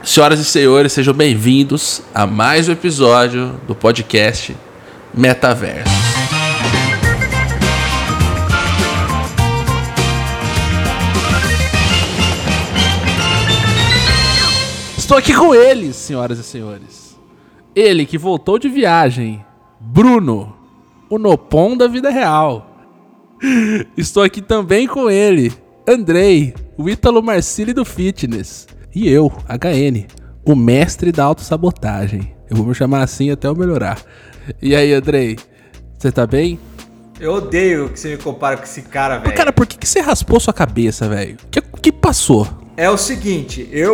Senhoras e senhores, sejam bem-vindos a mais um episódio do podcast Metaverso. Estou aqui com ele, senhoras e senhores. Ele que voltou de viagem, Bruno, o Nopon da vida real. Estou aqui também com ele, Andrei, o Ítalo Marcilli do fitness. E eu, HN, o mestre da autossabotagem. Eu vou me chamar assim até eu melhorar. E aí, Andrei, você tá bem? Eu odeio que você me compara com esse cara, velho. Cara, por que você raspou sua cabeça, velho? O que passou? É o seguinte, É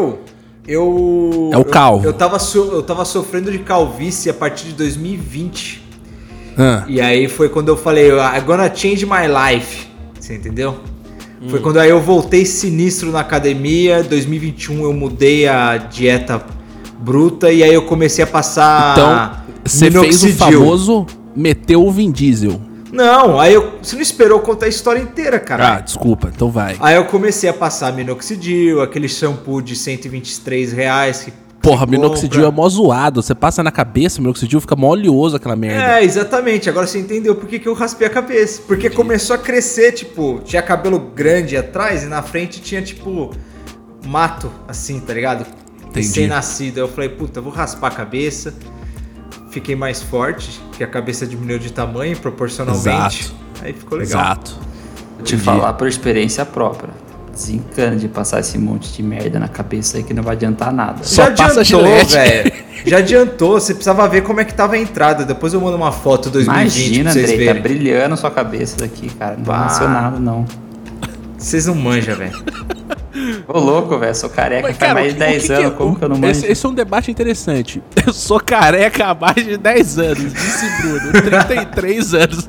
o calvo. Eu tava sofrendo de calvície a partir de 2020. E aí foi quando eu falei, I'm gonna change my life. Você entendeu? Foi quando aí eu voltei sinistro na academia. 2021 eu mudei a dieta bruta e aí eu comecei a passar. Então, você fez o famoso meteu o Vin Diesel. Não, você não esperou contar a história inteira, cara. Ah, desculpa, então vai. Aí eu comecei a passar minoxidil, aquele shampoo de R$123 que porra, minoxidil é mó zoado. Você passa na cabeça, minoxidil fica mó oleoso aquela merda. É, exatamente. Agora você entendeu por que eu raspei a cabeça. Porque começou a crescer, tipo, tinha cabelo grande atrás e na frente tinha, tipo, mato, assim, tá ligado? Recém-nascido. Eu falei, puta, eu vou raspar a cabeça. Fiquei mais forte, que a cabeça diminuiu de tamanho proporcionalmente. Exato. Aí ficou legal. Exato. Vou te falar por experiência própria. Desencana de passar esse monte de merda na cabeça aí que não vai adiantar nada. Só passa Gillette, velho. Já adiantou, você precisava ver como é que tava a entrada. Depois eu mando uma foto 2020 Imagina, pra vocês Andrei, verem. tá brilhando sua cabeça daqui, cara. Não aconteceu nada, não. Vocês não manjam, velho. Ô, louco, velho, sou careca Mas, cara, faz mais de 10 anos, como que eu não manjo? Esse é um debate interessante. Eu sou careca há mais de 10 anos, disse Bruno, 33 anos.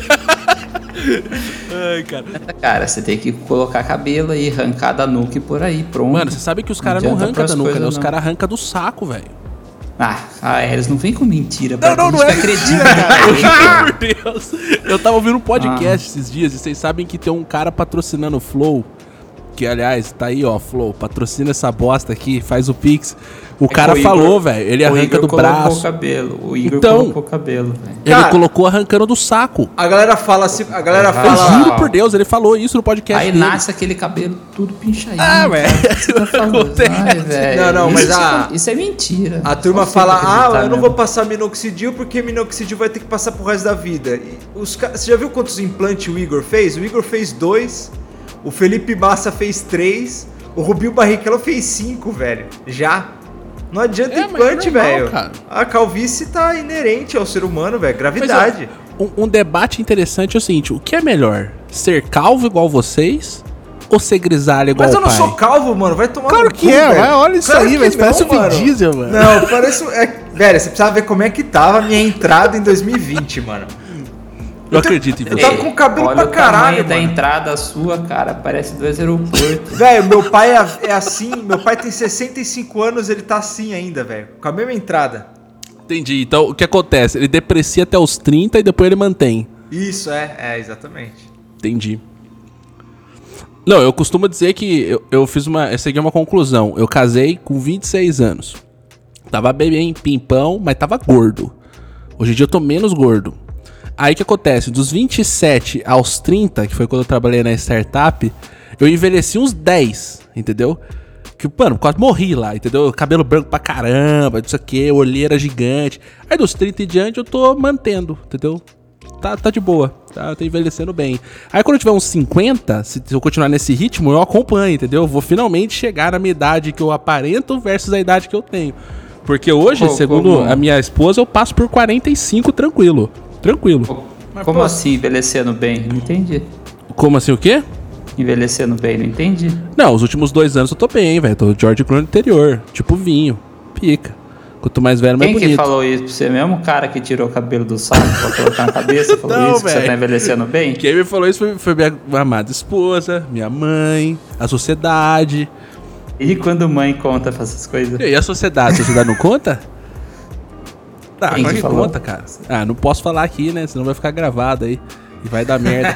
Ai, cara. Cara, você tem que colocar cabelo aí, arrancar da nuca e por aí, pronto. Mano, você sabe que os caras não arrancam da nuca, né? Os caras arrancam do saco, velho. Eles não vêm com mentira. Não é acredita, cara. Por Deus. Eu tava ouvindo um podcast esses dias e vocês sabem que tem um cara patrocinando o Flow. Que, aliás, tá aí, ó, Flow, patrocina essa bosta aqui, faz o Pix. O cara falou, velho, ele arranca do braço. O Igor colocou o cabelo, velho. Ele colocou arrancando do saco. A galera fala assim, Eu juro por Deus, ele falou isso no podcast aí dele. Nasce aquele cabelo tudo pinchadinho. velho. Não, mas isso é mentira. A turma fala, eu não vou passar minoxidil porque minoxidil vai ter que passar pro resto da vida. Você já viu quantos implantes o Igor fez? O Igor fez 2, o Felipe Massa fez 3, o Rubinho Barrichello fez 5, velho. Já. Não adianta implante, velho. A calvície tá inerente ao ser humano, velho. Gravidade. Mas, um debate interessante é o seguinte: o que é melhor? Ser calvo igual vocês ou ser grisalho igual o pai? Mas eu não sou calvo, mano. Vai tomar claro no que cu, é, velho. olha isso claro aí, mas parece o Vin Diesel, mano. Não, parece... velho, você precisava ver como é que tava a minha entrada em 2020, mano. Eu acredito em você. Eu tava com cabelo pra caralho, mano. Da entrada sua, cara, parece 2 aeroportos. Velho, meu pai é assim, meu pai tem 65 anos, ele tá assim ainda, velho. Com a mesma entrada. Entendi. Então, o que acontece? Ele deprecia até os 30 e depois ele mantém. Isso, exatamente. Entendi. Não, eu costumo dizer que eu segui uma conclusão. Eu casei com 26 anos. Tava bem pimpão, mas tava gordo. Hoje em dia eu tô menos gordo. Aí o que acontece? Dos 27 aos 30, que foi quando eu trabalhei na startup, eu envelheci uns 10, entendeu? Que, mano, quase morri lá, entendeu? Cabelo branco pra caramba, não sei o que, olheira gigante. Aí dos 30 em diante eu tô mantendo, entendeu? Tá de boa, tá envelhecendo bem. Aí quando eu tiver uns 50, se eu continuar nesse ritmo, eu acompanho, entendeu? Eu vou finalmente chegar na minha idade que eu aparento versus a idade que eu tenho. Porque hoje, segundo a minha esposa, eu passo por 45 tranquilo. Mas, como assim envelhecendo bem? Não entendi. Como assim o quê? Envelhecendo bem, não entendi. Não, os últimos 2 anos eu tô bem, velho. Tô George Clooney interior. Tipo vinho. Pica. Quanto mais velho, mais bonito. Quem que falou isso pra você mesmo? O cara que tirou o cabelo do saco pra colocar na cabeça falou não, isso, véio. Que você tá envelhecendo bem? Quem me falou isso foi minha amada esposa, minha mãe, a sociedade. E quando mãe conta essas coisas? E a sociedade? A sociedade não conta? Ah, quem claro que que conta, cara. Ah, não posso falar aqui, né? Senão vai ficar gravado aí. E vai dar merda.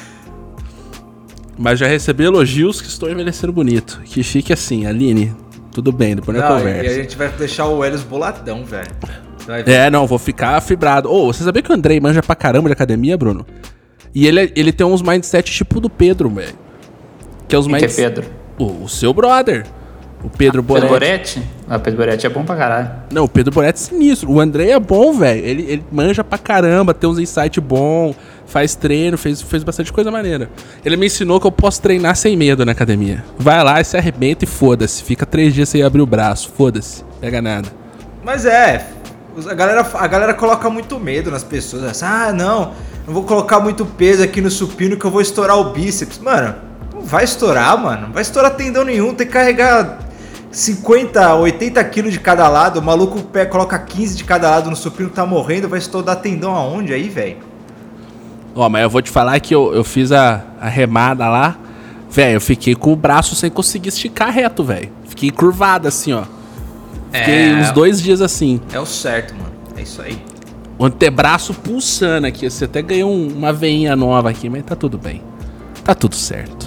Mas já recebi elogios que estou envelhecendo bonito. Que fique assim, Aline. Tudo bem, depois nós conversa. E a gente vai deixar o Helios boladão, velho. Não, vou ficar fibrado. Você sabia que o Andrei manja pra caramba de academia, Bruno? E ele tem uns mindset tipo do Pedro, velho. Que é os Quem que é Pedro? O seu brother. O Pedro Boretti. Pedro Boretti? O Pedro Boretti é bom pra caralho. Não, o Pedro Boretti é sinistro. O Andrei é bom, velho. Ele manja pra caramba, tem uns insights bons, faz treino, fez bastante coisa maneira. Ele me ensinou que eu posso treinar sem medo na academia. Vai lá e se arrebenta e foda-se. Fica 3 dias sem abrir o braço. Foda-se. Pega nada. Mas a galera coloca muito medo nas pessoas. Não vou colocar muito peso aqui no supino que eu vou estourar o bíceps. Mano, não vai estourar, mano. Não vai estourar tendão nenhum. Tem que carregar 50, 80 quilos de cada lado. O maluco coloca 15 de cada lado no supino, tá morrendo. Vai estourar tendão aonde aí, velho? Mas eu vou te falar que eu fiz a remada lá. Velho, eu fiquei com o braço sem conseguir esticar reto, velho. Fiquei curvado assim, ó. Fiquei uns 2 dias assim. É o certo, mano. É isso aí. O antebraço pulsando aqui. Você até ganhou uma veinha nova aqui, mas tá tudo bem. Tá tudo certo.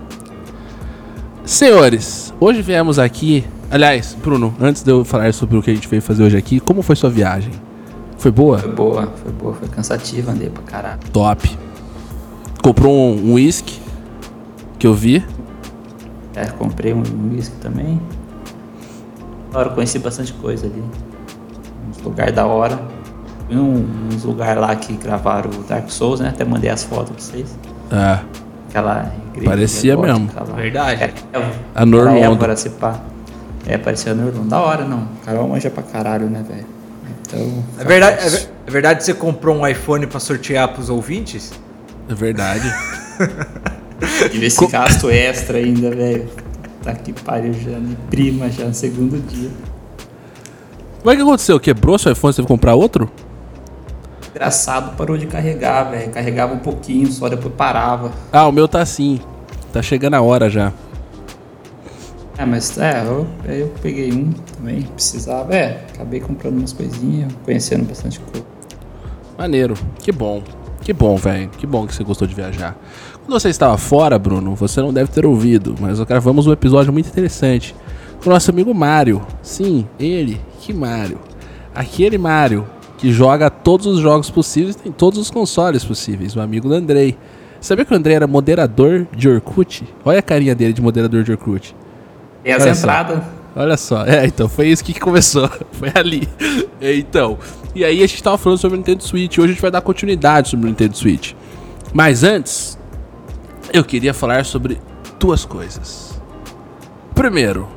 Senhores, hoje viemos aqui... Aliás, Bruno, antes de eu falar sobre o que a gente veio fazer hoje aqui, como foi sua viagem? Foi boa? Foi boa. Foi cansativa, andei pra caralho. Top. Comprou um whisky que eu vi. Comprei um whisky também. Agora conheci bastante coisa ali. Uns lugares da hora. Uns lugares lá que gravaram o Dark Souls, né? Até mandei as fotos pra vocês. Aquela igreja. Parecia mesmo. Verdade. A Norlondo. Parecia a Norlondo. Da hora, não. O Carol manja pra caralho, né, velho? Então, é verdade que você comprou um iPhone pra sortear pros ouvintes? É verdade. E esse gasto extra ainda, velho. Tá que pariu, já me prima já no segundo dia. Como é que aconteceu? Quebrou seu iPhone? Você teve que comprar outro? Engraçado, parou de carregar, velho. Carregava um pouquinho, só depois parava. O meu tá assim. Tá chegando a hora já. Mas eu peguei um também, precisava. Acabei comprando umas coisinhas, conhecendo bastante coisa. Maneiro. Que bom. Que bom, velho. Que bom que você gostou de viajar. Quando você estava fora, Bruno, você não deve ter ouvido, mas nós gravamos um episódio muito interessante com o nosso amigo Mário. Sim, ele. Que Mário? Aquele Mário que joga todos os jogos possíveis, tem todos os consoles possíveis. O amigo do Andrei. Sabia que o Andrei era moderador de Orkut? Olha a carinha dele de moderador de Orkut. E as entradas. Olha só. Então foi isso que começou. Foi ali. Então. E aí a gente tava falando sobre o Nintendo Switch. Hoje a gente vai dar continuidade sobre o Nintendo Switch. Mas antes, eu queria falar sobre 2 coisas. Primeiro,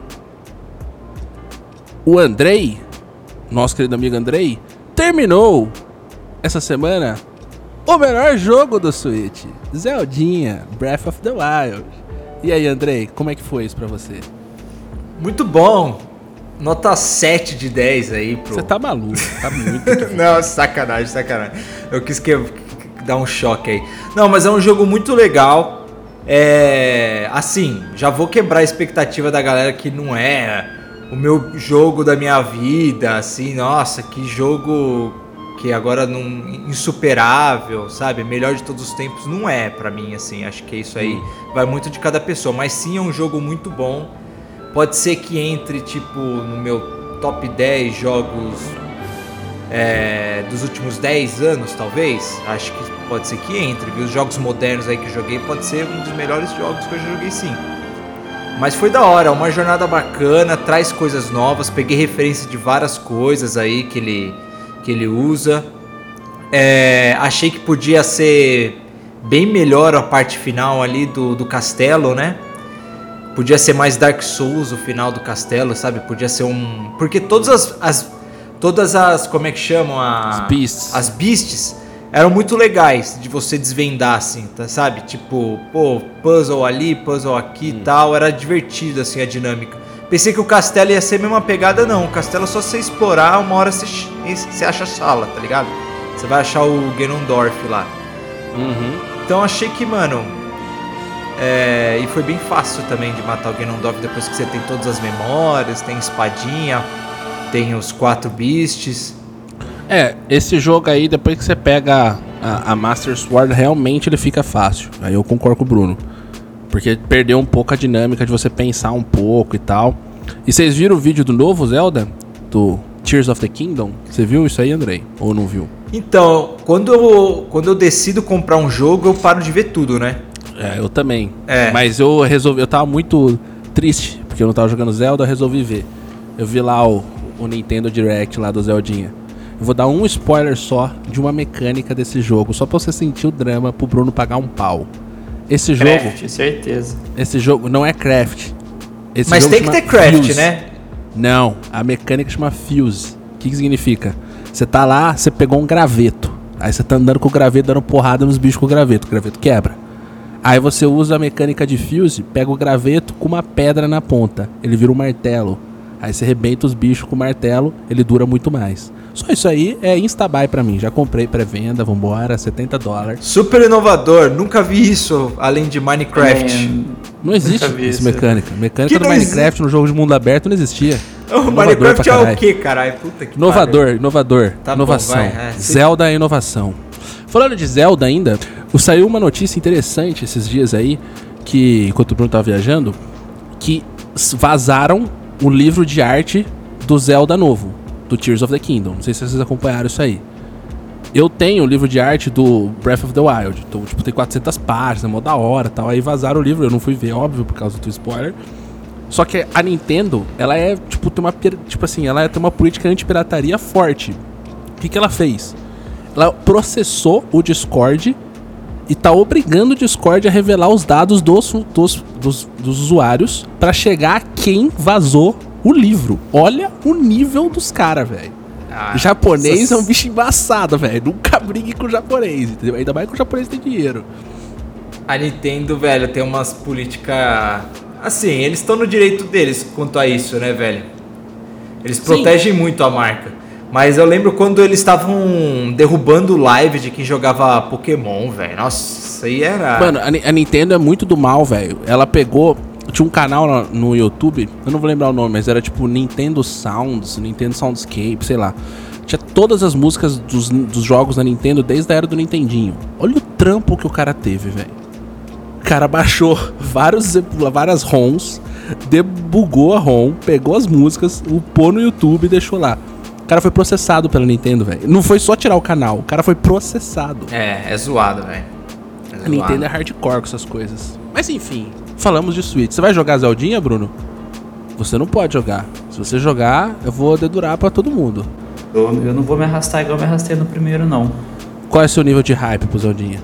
o Andrei, nosso querido amigo Andrei, terminou essa semana o melhor jogo do Switch, Zeldinha, Breath of the Wild. E aí, Andrei, como é que foi isso pra você? Muito bom. Nota 7 de 10 aí, pro... Você tá maluco, tá muito... Não, sacanagem. Eu quis dar um choque aí. Não, mas é um jogo muito legal. Assim, já vou quebrar a expectativa da galera que não é o meu jogo da minha vida, assim, nossa, que jogo que agora não insuperável, sabe? Melhor de todos os tempos, não é pra mim, assim. Acho que isso aí vai muito de cada pessoa, mas sim é um jogo muito bom. Pode ser que entre, tipo, no meu top 10 jogos dos últimos 10 anos, talvez. Acho que pode ser que entre, viu? Os jogos modernos aí que eu joguei pode ser um dos melhores jogos que eu já joguei, sim. Mas foi da hora, uma jornada bacana, traz coisas novas, peguei referência de várias coisas aí que ele usa. Achei que podia ser bem melhor a parte final ali do castelo, né? Podia ser mais Dark Souls o final do castelo, sabe? Podia ser um... Porque todas as como é que chamam? As beasts eram muito legais de você desvendar, assim, tá, sabe? Tipo, puzzle ali, puzzle aqui e tal. Era divertido, assim, a dinâmica. Pensei que o castelo ia ser a mesma pegada, não. O castelo é só você explorar, uma hora você acha a sala, tá ligado? Você vai achar o Ganondorf lá. Então achei que, mano... e foi bem fácil também de matar o Ganondorf depois que você tem todas as memórias, tem espadinha, tem os 4 beasts. Esse jogo aí, depois que você pega a Master Sword, realmente ele fica fácil. Aí eu concordo com o Bruno. Porque perdeu um pouco a dinâmica de você pensar um pouco e tal. E vocês viram o vídeo do novo Zelda? Do Tears of the Kingdom? Você viu isso aí, Andrei? Ou não viu? Então, quando eu decido comprar um jogo, eu paro de ver tudo, né? Eu também. Mas eu tava muito triste, porque eu não tava jogando Zelda, eu resolvi ver. Eu vi lá o Nintendo Direct lá do Zeldinha. Eu vou dar um spoiler só de uma mecânica desse jogo, só pra você sentir o drama pro Bruno pagar um pau. Esse Craft, jogo... certeza. Esse jogo não é craft. Mas tem que ter craft, Fuse, né? Não, a mecânica chama Fuse. O que significa? Você tá lá, você pegou um graveto. Aí você tá andando com o graveto, dando porrada nos bichos com o graveto quebra. Aí você usa a mecânica de Fuse, pega o graveto com uma pedra na ponta. Ele vira um martelo. Aí você arrebenta os bichos com o martelo, ele dura muito mais. Só isso aí é insta-buy pra mim. Já comprei pré-venda, vambora, $70. Super inovador, nunca vi isso além de Minecraft. Não existe essa mecânica. Mecânica do Minecraft no jogo de mundo aberto não existia. O Minecraft é o quê, caralho? Puta que Inovador. Tá inovação. Bom, vai. Zelda é inovação. Falando de Zelda ainda, saiu uma notícia interessante esses dias aí, que enquanto o Bruno tava viajando, que vazaram o livro de arte do Zelda novo, do Tears of the Kingdom. Não sei se vocês acompanharam isso aí. Eu tenho o livro de arte do Breath of the Wild. Então, tipo, tem 400 páginas, é mó da hora e tal. Aí vazaram o livro, eu não fui ver, óbvio, por causa do spoiler. Só que a Nintendo, ela é, tipo, tem uma política anti-pirataria forte. O que ela fez? Ela processou o Discord e tá obrigando o Discord a revelar os dados dos usuários pra chegar a quem vazou o livro. Olha o nível dos caras, velho. Japonês é um bicho embaçado, velho. Nunca brigue com o japonês, entendeu? Ainda mais que o japonês tem dinheiro. A Nintendo, velho, tem umas políticas... Assim, eles estão no direito deles quanto a isso, né, velho? Eles protegem muito a marca. Mas eu lembro quando eles estavam derrubando live de quem jogava Pokémon, velho. Nossa, isso aí era... Mano, a Nintendo é muito do mal, velho. Ela pegou... Tinha um canal no YouTube, eu não vou lembrar o nome, mas era tipo Nintendo Sounds, Nintendo Soundscape, sei lá. Tinha todas as músicas dos jogos da Nintendo desde a era do Nintendinho. Olha o trampo que o cara teve, velho. O cara baixou várias ROMs, debugou a ROM, pegou as músicas, pôs no YouTube e deixou lá. O cara foi processado pela Nintendo, velho. Não foi só tirar o canal, o cara foi processado. É zoado, velho. A Nintendo é hardcore com essas coisas. Mas enfim, falamos de Switch. Você vai jogar Zeldinha, Bruno? Você não pode jogar. Se você jogar, eu vou dedurar pra todo mundo. Eu não vou me arrastar igual eu me arrastei no primeiro, não. Qual é o seu nível de hype pro Zeldinha?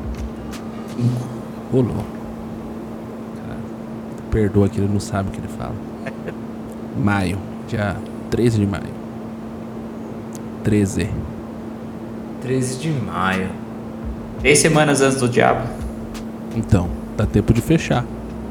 5. Rolou. Perdoa que ele não sabe o que ele fala. Maio. Dia 13 de maio. 13 de maio. 3 semanas antes do Diablo. Então, dá tempo de fechar.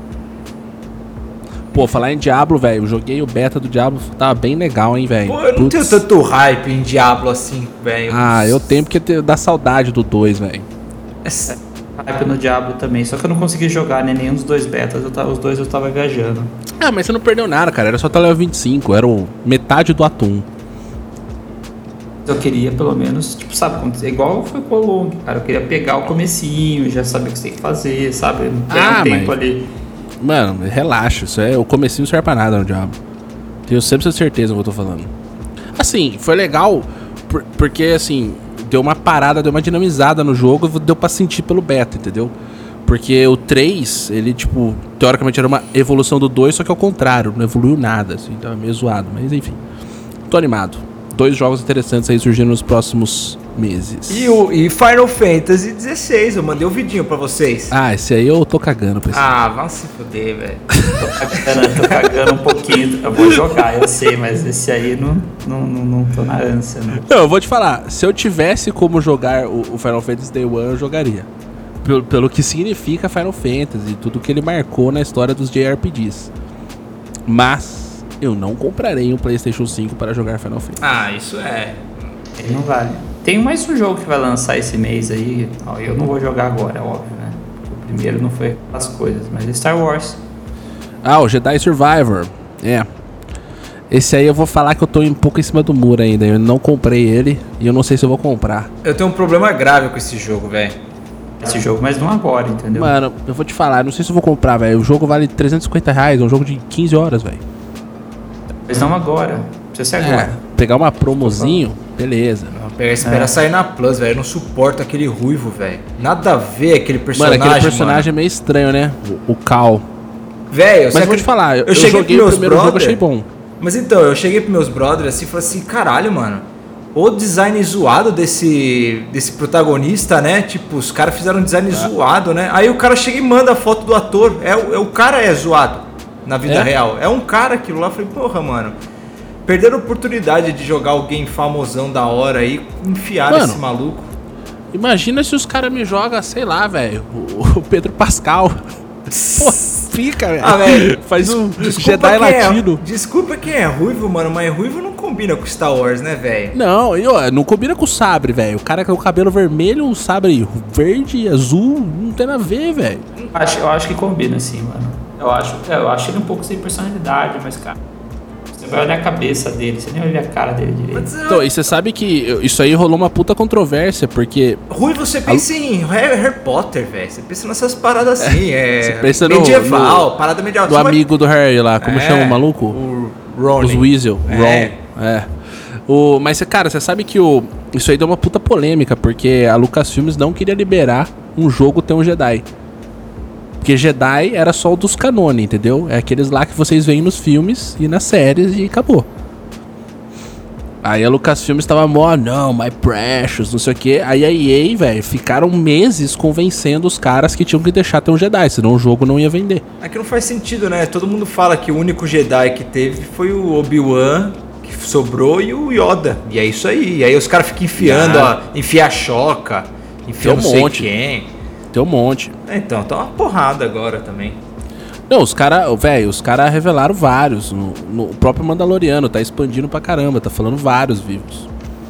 Pô, falar em Diablo, velho, eu joguei o beta do Diablo, tava bem legal, hein, velho. Pô, eu não tenho tanto hype em Diablo assim, velho. Eu tenho porque dá saudade do 2, velho. Hype no Diablo também, só que eu não consegui jogar nenhum dos 2 betas, os dois eu tava viajando. Mas você não perdeu nada, cara, era só até level 25, era metade do Atum. Eu queria pelo menos, tipo, sabe, igual foi com o Long, cara, eu queria pegar o comecinho, já saber o que você tem que fazer, sabe, ter um tempo ali. Mano, relaxa, o comecinho não serve pra nada no Diablo. Tenho sempre certeza do que eu tô falando. Assim, foi legal, porque assim, deu uma parada, deu uma dinamizada no jogo, deu pra sentir pelo beta, entendeu? Porque o 3, ele, tipo, teoricamente era uma evolução do 2, só que ao contrário, não evoluiu nada, assim, tava meio zoado, mas enfim. Tô animado. 2 jogos interessantes aí surgindo nos próximos meses. E Final Fantasy XVI, eu mandei um vidinho pra vocês. Esse aí eu tô cagando pra esse. Vão se fuder, velho. Tô cagando um pouquinho. Eu vou jogar, eu sei, mas esse aí não tô na ânsia, não. Não, eu vou te falar, se eu tivesse como jogar o Final Fantasy Day 1, eu jogaria. Pelo que significa Final Fantasy, tudo que ele marcou na história dos JRPGs. Mas eu não comprarei um PlayStation 5 para jogar Final Fantasy. Isso é. Ele não vale. Tem mais um jogo que vai lançar esse mês aí. Eu não vou jogar agora, é óbvio, né? O primeiro não foi as coisas, mas Star Wars. O Jedi Survivor. Esse aí eu vou falar que eu tô um pouco em cima do muro ainda. Eu não comprei ele e eu não sei se eu vou comprar. Eu tenho um problema grave com esse jogo, velho. Esse jogo, mas não agora, entendeu? Mano, eu vou te falar, não sei se eu vou comprar, velho. O jogo vale R$350, é um jogo de 15 horas, velho. Mas não agora. Precisa ser agora. Pegar uma promozinho, beleza. Espera sair na Plus, velho. Eu não suporto aquele ruivo, velho. Nada a ver aquele personagem. Mano, aquele personagem é meio estranho, né? O Cal. Velho, mas vou te falar, eu joguei o primeiro jogo, achei bom. Mas então, eu cheguei pros meus brothers assim e falei assim, caralho, mano. O design zoado desse protagonista, né? Tipo, os caras fizeram um design zoado, né? Aí o cara chega e manda a foto do ator. O cara é zoado na vida real. É um cara aquilo lá. Eu falei, porra, mano. Perderam a oportunidade de jogar alguém famosão da hora aí, enfiaram esse maluco. Imagina se os caras me jogam, sei lá, velho, o Pedro Pascal. Pô, fica, velho. Ah, velho. Faz um Jedi latino. Desculpa quem é ruivo, mano, mas ruivo não combina com Star Wars, né, velho? Não, não combina com o sabre, velho. O cara com o cabelo vermelho, um sabre verde, azul, não tem nada a ver, velho. Eu acho que combina, sim, mano. Eu acho ele um pouco sem personalidade, mas, cara, você vai olhar a cabeça dele, você nem vai ver a cara dele direito. Então, e você sabe que isso aí rolou uma puta controvérsia, porque... Ruivo, você pensa em Harry Potter, velho. Você pensa nessas paradas assim, Você pensa medieval, parada medieval. Do amigo do Harry lá, como chama o maluco? O Ron. Os Weasley. Mas, cara, você sabe que isso aí deu uma puta polêmica, porque a Lucasfilmes não queria liberar um jogo ter um Jedi. Porque Jedi era só o dos canone, entendeu? É aqueles lá que vocês veem nos filmes e nas séries e acabou. Aí a Lucasfilmes tava mó, não, my precious, não sei o que. Aí a EA, velho, ficaram meses convencendo os caras que tinham que deixar ter um Jedi, senão o jogo não ia vender. É que não faz sentido, né? Todo mundo fala que o único Jedi que teve foi o Obi-Wan, que sobrou, e o Yoda. E é isso aí. E aí os caras ficam enfiando, enfia a choca, enfia não sei quem. Tem um monte. Então, tá uma porrada agora também. Não, os caras revelaram vários. No próprio Mandaloriano, tá expandindo pra caramba, tá falando vários vivos.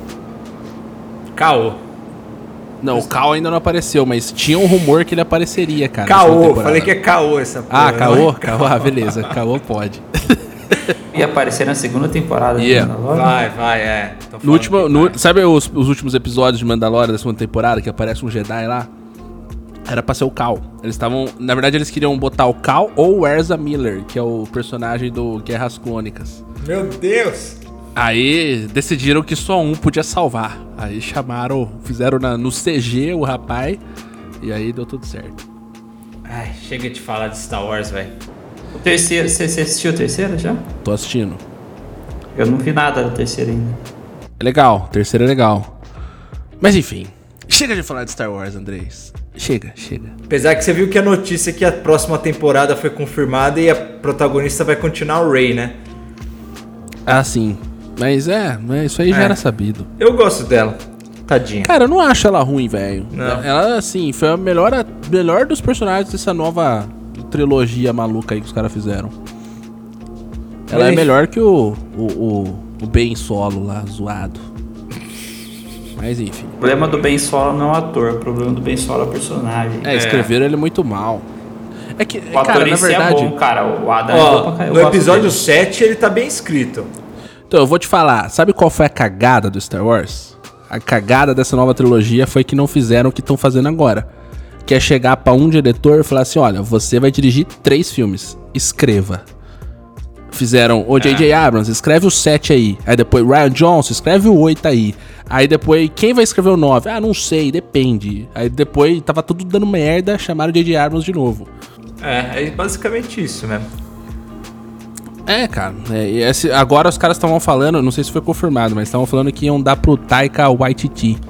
Caô. Não, o Cal ainda não apareceu, mas tinha um rumor que ele apareceria, cara. Caô, falei que é caô essa porra. Ah, caô? Caô, beleza, caô pode. Ia aparecer na segunda temporada de Mandalorian? Vai. Sabe os últimos episódios de Mandalorian da segunda temporada, que aparece um Jedi lá? Era pra ser o Cal. Na verdade, eles queriam botar o Cal ou o Ezra Miller, que é o personagem do Guerras Clônicas. Meu Deus! Aí decidiram que só um podia salvar. Aí fizeram no CG o rapaz, e aí deu tudo certo. Ai, chega de falar de Star Wars, velho. O terceiro, você assistiu o terceiro já? Tô assistindo. Eu não vi nada do terceiro ainda. É legal, o terceiro é legal. Mas enfim, chega de falar de Star Wars, Andrés. Chega. Apesar que você viu que a notícia é que a próxima temporada foi confirmada e a protagonista vai continuar o Rey, né? Ah, sim. Mas isso aí já era sabido. Eu gosto dela. Tadinha. Cara, eu não acho ela ruim, velho. Não. Ela, assim, foi a melhor dos personagens dessa nova trilogia maluca aí que os caras fizeram. Ela é melhor que o Ben Solo lá, zoado. Mas enfim. O problema do Ben Solo não é o ator, o problema do Ben Solo é o personagem. Escreveram ele muito mal. É que, o ator cara, na é verdade... bom, cara. O Adam no episódio 7 ele tá bem escrito. Então, eu vou te falar. Sabe qual foi a cagada do Star Wars? A cagada dessa nova trilogia foi que não fizeram o que estão fazendo agora. Que é chegar pra um diretor e falar assim, olha, você vai dirigir 3 filmes. Escreva. Fizeram o J.J. Abrams, escreve o 7 aí. Aí depois Rian Johnson, escreve o 8 aí. Aí depois, quem vai escrever o 9? Ah, não sei, depende. Aí depois, tava tudo dando merda, chamaram o J.J. Abrams de novo. É basicamente isso mesmo. Cara. Agora os caras estavam falando, não sei se foi confirmado, mas estavam falando que iam dar pro Taika Waititi.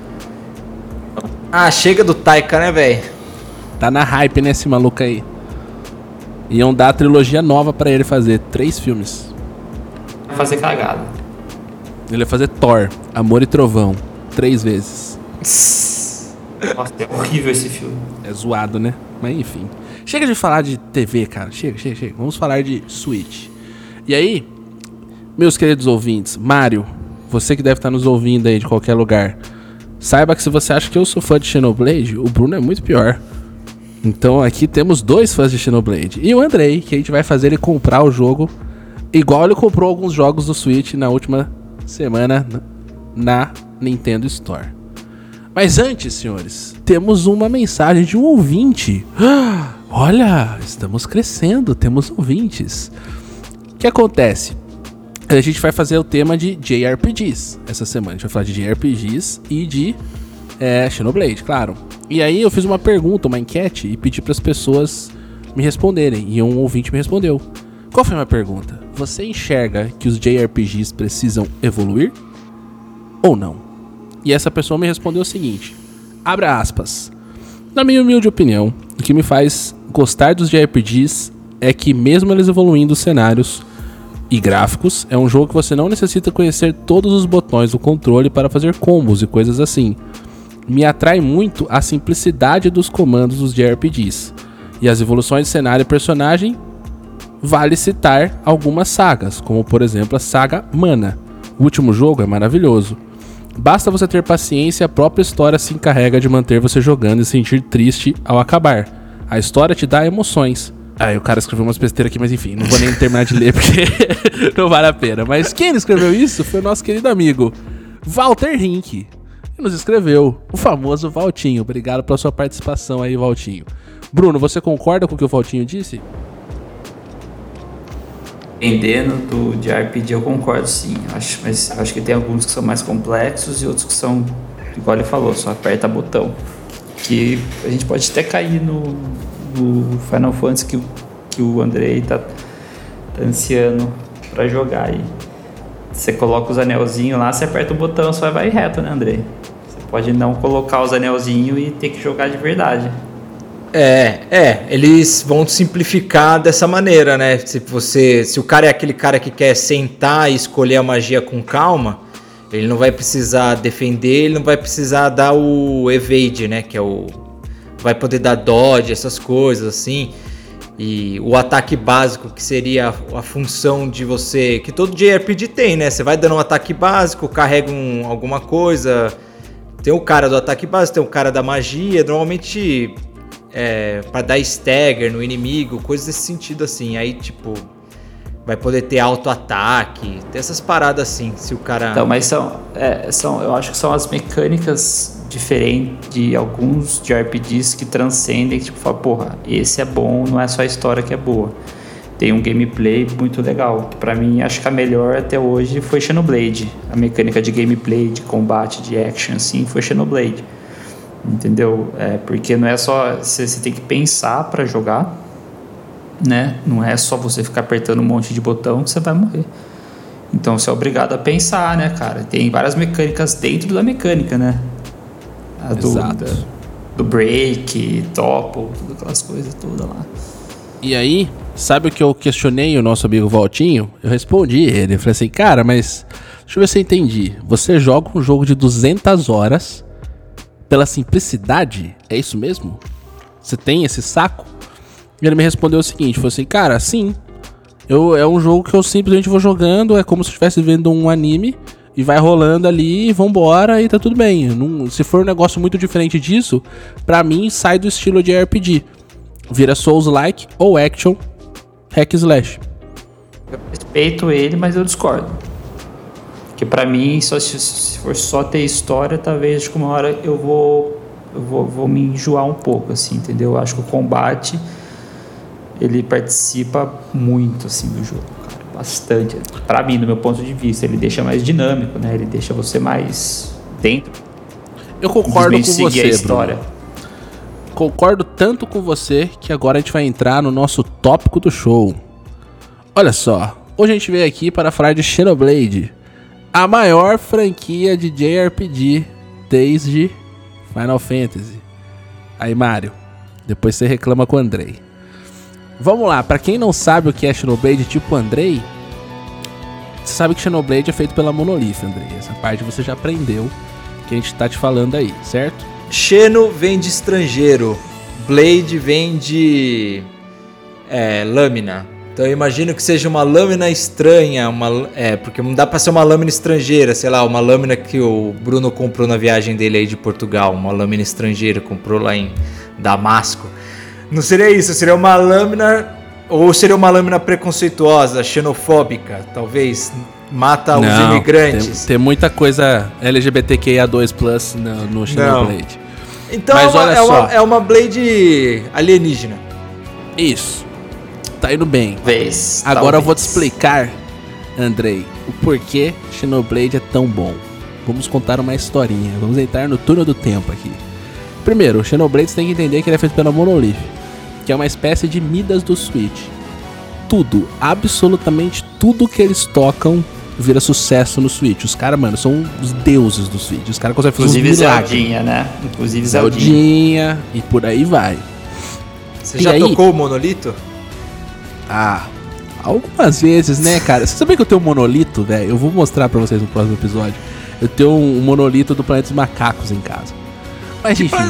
Ah, chega do Taika, né, velho? Tá na hype, né, esse maluco aí. Iam dar a trilogia nova pra ele fazer, 3 filmes. Vai fazer cagada. Ele ia fazer Thor, Amor e Trovão, 3 vezes. Nossa, é horrível esse filme. É zoado, né? Mas enfim. Chega de falar de TV, cara. Chega. Vamos falar de Switch. E aí, meus queridos ouvintes, Mário, você que deve estar nos ouvindo aí de qualquer lugar, saiba que se você acha que eu sou fã de Xenoblade, o Bruno é muito pior. Então aqui temos 2 fãs de Xenoblade. E o Andrei, que a gente vai fazer ele comprar o jogo, igual ele comprou alguns jogos do Switch na última semana na Nintendo Store. Mas antes, senhores, temos uma mensagem de um ouvinte. Olha, estamos crescendo, temos ouvintes. O que acontece? A gente vai fazer o tema de JRPGs essa semana. A gente vai falar de JRPGs e de Xenoblade, claro. E aí eu fiz uma pergunta, uma enquete, e pedi para as pessoas me responderem. E um ouvinte me respondeu. Qual foi a minha pergunta? Você enxerga que os JRPGs precisam evoluir? Ou não? E essa pessoa me respondeu o seguinte. Abre aspas. Na minha humilde opinião, o que me faz gostar dos JRPGs é que mesmo eles evoluindo os cenários e gráficos, é um jogo que você não necessita conhecer todos os botões do controle para fazer combos e coisas assim. Me atrai muito a simplicidade dos comandos dos JRPGs. E as evoluções de cenário e personagem, vale citar algumas sagas, como por exemplo a saga Mana. O último jogo é maravilhoso. Basta você ter paciência e a própria história se encarrega de manter você jogando e sentir triste ao acabar. A história te dá emoções. Aí o cara escreveu umas besteiras aqui, mas enfim, não vou nem terminar de ler porque não vale a pena. Mas quem escreveu isso foi o nosso querido amigo Walter Rink. E nos escreveu o famoso Valtinho. Obrigado pela sua participação aí, Valtinho. Bruno, você concorda com o que o Valtinho disse? Dependendo de RPG eu concordo sim. Mas acho que tem alguns que são mais complexos e outros que são, igual ele falou, só aperta botão. Que a gente pode até cair no Final Fantasy que o Andrei tá ansiando pra jogar aí. Você coloca os anelzinhos lá, você aperta o botão, só vai reto, né, Andrei? Você pode não colocar os anelzinhos e ter que jogar de verdade. Eles vão simplificar dessa maneira, né? Se o cara é aquele cara que quer sentar e escolher a magia com calma, ele não vai precisar defender, ele não vai precisar dar o evade, né? Que é vai poder dar dodge, essas coisas assim. E o ataque básico, que seria a função de você, que todo JRPG tem, né? Você vai dando um ataque básico, carrega alguma coisa. Tem o cara do ataque básico, tem o cara da magia. Normalmente pra dar stagger no inimigo, coisas desse sentido assim. Aí tipo, vai poder ter auto-ataque, tem essas paradas assim, se o cara... Então, mas eu acho que são as mecânicas diferentes de alguns JRPGs que transcendem, que tipo, fala, porra, esse é bom, não é só a história que é boa. Tem um gameplay muito legal, que pra mim, acho que a melhor até hoje foi Xenoblade. A mecânica de gameplay, de combate, de action, assim, foi Xenoblade. Entendeu? Porque não é só... Você tem que pensar pra jogar, né? Não é só você ficar apertando um monte de botão que você vai morrer. Então você é obrigado a pensar, né, cara? Tem várias mecânicas dentro da mecânica, né? Exato. Do break, topple, todas aquelas coisas todas lá. E aí, sabe o que eu questionei o nosso amigo Valtinho? Eu respondi ele. Eu falei assim, cara, mas deixa eu ver se eu entendi. Você joga um jogo de 200 horas pela simplicidade? É isso mesmo? Você tem esse saco? E ele me respondeu o seguinte, falou assim, cara, sim, é um jogo que eu simplesmente vou jogando, é como se eu estivesse vendo um anime, e vai rolando ali, vambora, e tá tudo bem. Se for um negócio muito diferente disso, pra mim, sai do estilo de RPG. Vira Souls-like ou Action Hack Slash. Eu respeito ele, mas eu discordo. Porque pra mim, se for só ter história, talvez acho que uma hora eu vou me enjoar um pouco, assim, entendeu? Eu acho que o combate... ele participa muito, assim, do jogo, cara, bastante. Pra mim, do meu ponto de vista, ele deixa mais dinâmico, né? Ele deixa você mais dentro. Eu concordo com você, a história. Bruno. Concordo tanto com você que agora a gente vai entrar no nosso tópico do show. Olha só, hoje a gente veio aqui para falar de Xenoblade, a maior franquia de JRPG desde Final Fantasy. Aí, Mário, depois você reclama com o Andrei. Vamos lá, pra quem não sabe o que é Xenoblade tipo Andrei, você sabe que Xenoblade é feito pela Monolith, Andrei. Essa parte você já aprendeu, que a gente tá te falando aí, certo? Xeno vem de estrangeiro, Blade vem de lâmina. Então eu imagino que seja uma lâmina estranha, porque não dá pra ser uma lâmina estrangeira, sei lá, uma lâmina que o Bruno comprou na viagem dele aí de Portugal, uma lâmina estrangeira, comprou lá em Damasco. Não seria isso, seria uma lâmina, ou seria uma lâmina preconceituosa, xenofóbica, talvez mata os imigrantes. Tem muita coisa LGBTQIA2+ no Xenoblade. Então mas olha só. É uma Blade alienígena. Isso, tá indo bem. Talvez. Agora eu vou te explicar Andrei, o porquê Xenoblade é tão bom. Vamos contar uma historinha, vamos entrar no túnel do tempo aqui. Primeiro, o Xenoblade você tem que entender que ele é feito pela Monolith, que é uma espécie de Midas do Switch. Tudo, absolutamente tudo que eles tocam vira sucesso no Switch. Os caras, mano, são os deuses do Switch. Os caras conseguem fazer uns milagres. Zeldinha, né? Inclusive Zeldinha e por aí vai. Você já tocou o monolito? Ah, algumas vezes, né, cara? Você sabia que eu tenho um monolito, velho? Eu vou mostrar pra vocês no próximo episódio. Eu tenho um monolito do Planeta dos Macacos em casa. Mas enfim.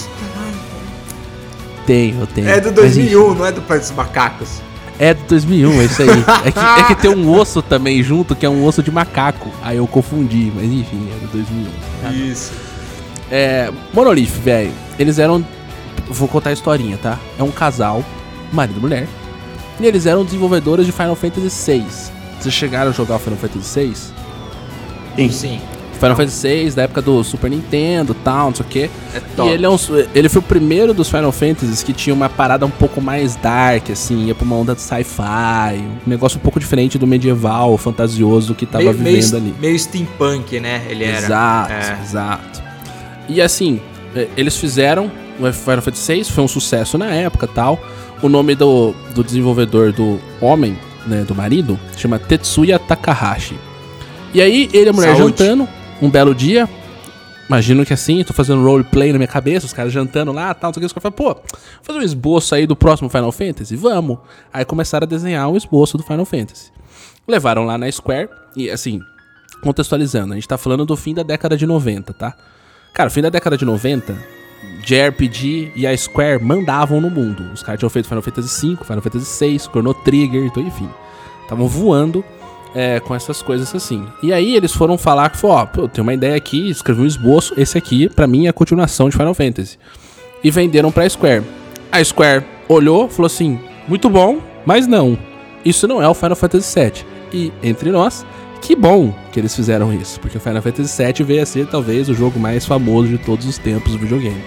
Eu tenho. É do 2001, não é do Planeta dos Macacos. É do 2001, é isso aí. É que tem um osso também junto, que é um osso de macaco. Aí eu confundi, mas enfim, é do 2001. Tá? Isso. Monolith, velho. Eles eram... Vou contar a historinha, tá? É um casal, marido e mulher. E eles eram desenvolvedores de Final Fantasy VI. Vocês chegaram a jogar o Final Fantasy VI? Sim. Final Fantasy VI, da época do Super Nintendo e tal, não sei o quê. E ele foi o primeiro dos Final Fantasies que tinha uma parada um pouco mais dark, assim, ia pra uma onda de sci-fi, um negócio um pouco diferente do medieval, fantasioso que tava vivendo ali. Meio steampunk, né? Ele era. Exato. E assim, eles fizeram o Final Fantasy VI, foi um sucesso na época e tal. O nome do desenvolvedor do homem, né, do marido, chama Tetsuya Takahashi. E aí, ele e a mulher jantando, um belo dia, imagino que assim, tô fazendo roleplay na minha cabeça, os caras jantando lá, tal, não sei o que, os caras falam, pô, fazer um esboço aí do próximo Final Fantasy? Vamos! Aí começaram a desenhar um esboço do Final Fantasy. Levaram lá na Square, e assim, contextualizando, a gente tá falando do fim da década de 90, tá? Cara, fim da década de 90, JRPG e a Square mandavam no mundo. Os caras tinham feito Final Fantasy V, Final Fantasy VI, Chrono Trigger, então enfim, estavam voando com essas coisas assim. E aí eles foram falar que, eu tenho uma ideia aqui, escrevi um esboço, esse aqui pra mim é a continuação de Final Fantasy. E venderam pra Square. A Square olhou, falou assim, muito bom, mas não, isso não é o Final Fantasy VII. E, entre nós, que bom que eles fizeram isso, porque o Final Fantasy VII veio a ser talvez o jogo mais famoso de todos os tempos do videogame.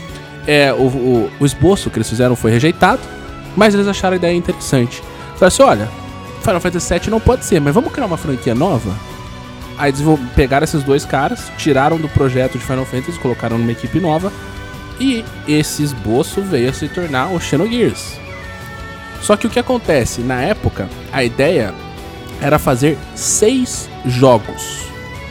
O esboço que eles fizeram foi rejeitado, mas eles acharam a ideia interessante. Falaram assim, olha, Final Fantasy VII não pode ser, mas vamos criar uma franquia nova? Aí pegaram esses dois caras, tiraram do projeto de Final Fantasy, colocaram numa equipe nova, e esse esboço veio a se tornar o Xenogears. Só que o que acontece? Na época, a ideia era fazer 6 jogos.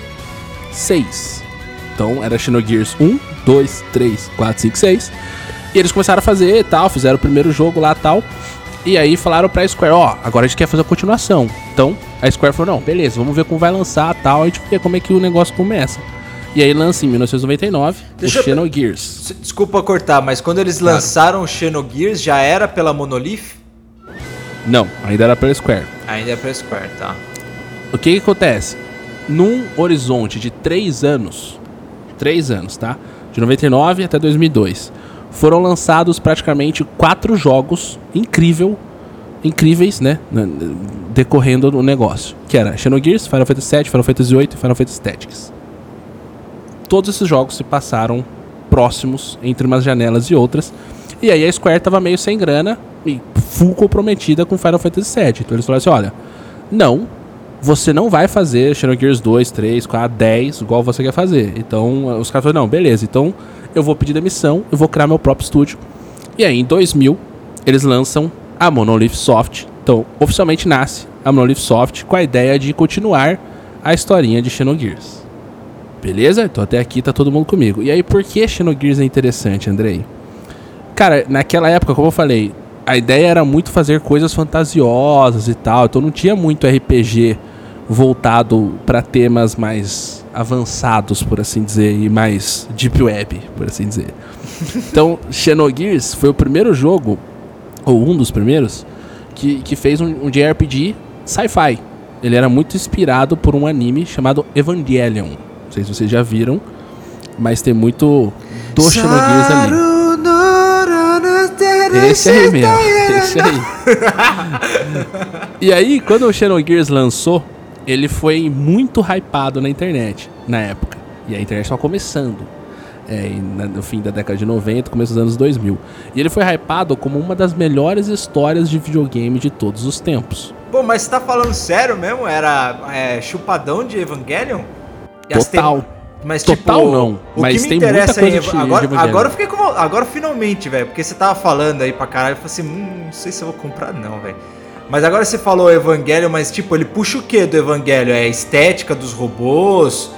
6. Então era Xenogears 1, 2, 3, 4, 5, 6. E eles começaram a fazer e tal, fizeram o primeiro jogo lá e tal. E aí falaram pra Square, agora a gente quer fazer a continuação. Então a Square falou, não, beleza, vamos ver como vai lançar e tal, a gente vê como é que o negócio começa. E aí lança em 1999 o Xenogears. Desculpa cortar, mas quando eles lançaram o Xenogears, já era pela Monolith? Não, ainda era pela Square. Ainda é pra Square, tá. O que acontece? Num horizonte de 3 anos, tá? De 99 até 2002, foram lançados praticamente 4 jogos incríveis, né? Decorrendo do negócio. Que era Xenogears, Final Fantasy VII, Final Fantasy VIII e Final Fantasy Tactics. Todos esses jogos se passaram próximos entre umas janelas e outras. E aí a Square tava meio sem grana e full comprometida com Final Fantasy VII. Então eles falaram assim, olha, não, você não vai fazer Xenogears 2, 3, 4, 10 igual você quer fazer. Então os caras falaram, não, beleza, então eu vou pedir demissão, eu vou criar meu próprio estúdio. E aí em 2000 eles lançam a Monolith Soft. Então oficialmente nasce a Monolith Soft com a ideia de continuar a historinha de Xenogears. Beleza? Então até aqui tá todo mundo comigo. E aí por que Xenogears é interessante, Andrei? Cara, naquela época, como eu falei, a ideia era muito fazer coisas fantasiosas e tal, então não tinha muito RPG voltado para temas mais avançados, por assim dizer, e mais deep web, por assim dizer. Então, Xenogears foi o primeiro jogo, ou um dos primeiros, que fez um JRPG sci-fi. Ele era muito inspirado por um anime chamado Evangelion. Não sei se vocês já viram, mas tem muito do Xenogears ali. Esse aí mesmo, esse aí. E aí, quando o Xenogears lançou, ele foi muito hypado na internet, na época. E a internet estava começando. no fim da década de 90, começo dos anos 2000. E ele foi hypado como uma das melhores histórias de videogame de todos os tempos. Pô, mas você tá falando sério mesmo? Era chupadão de Evangelion? Total. Mas total tipo, não, mas que tem muita coisa de agora eu fiquei com... Agora finalmente, velho, porque você tava falando aí pra caralho, eu falei assim, não sei se eu vou comprar não, velho. Mas agora você falou Evangelion, mas tipo, ele puxa o que do Evangelion? É a estética dos robôs?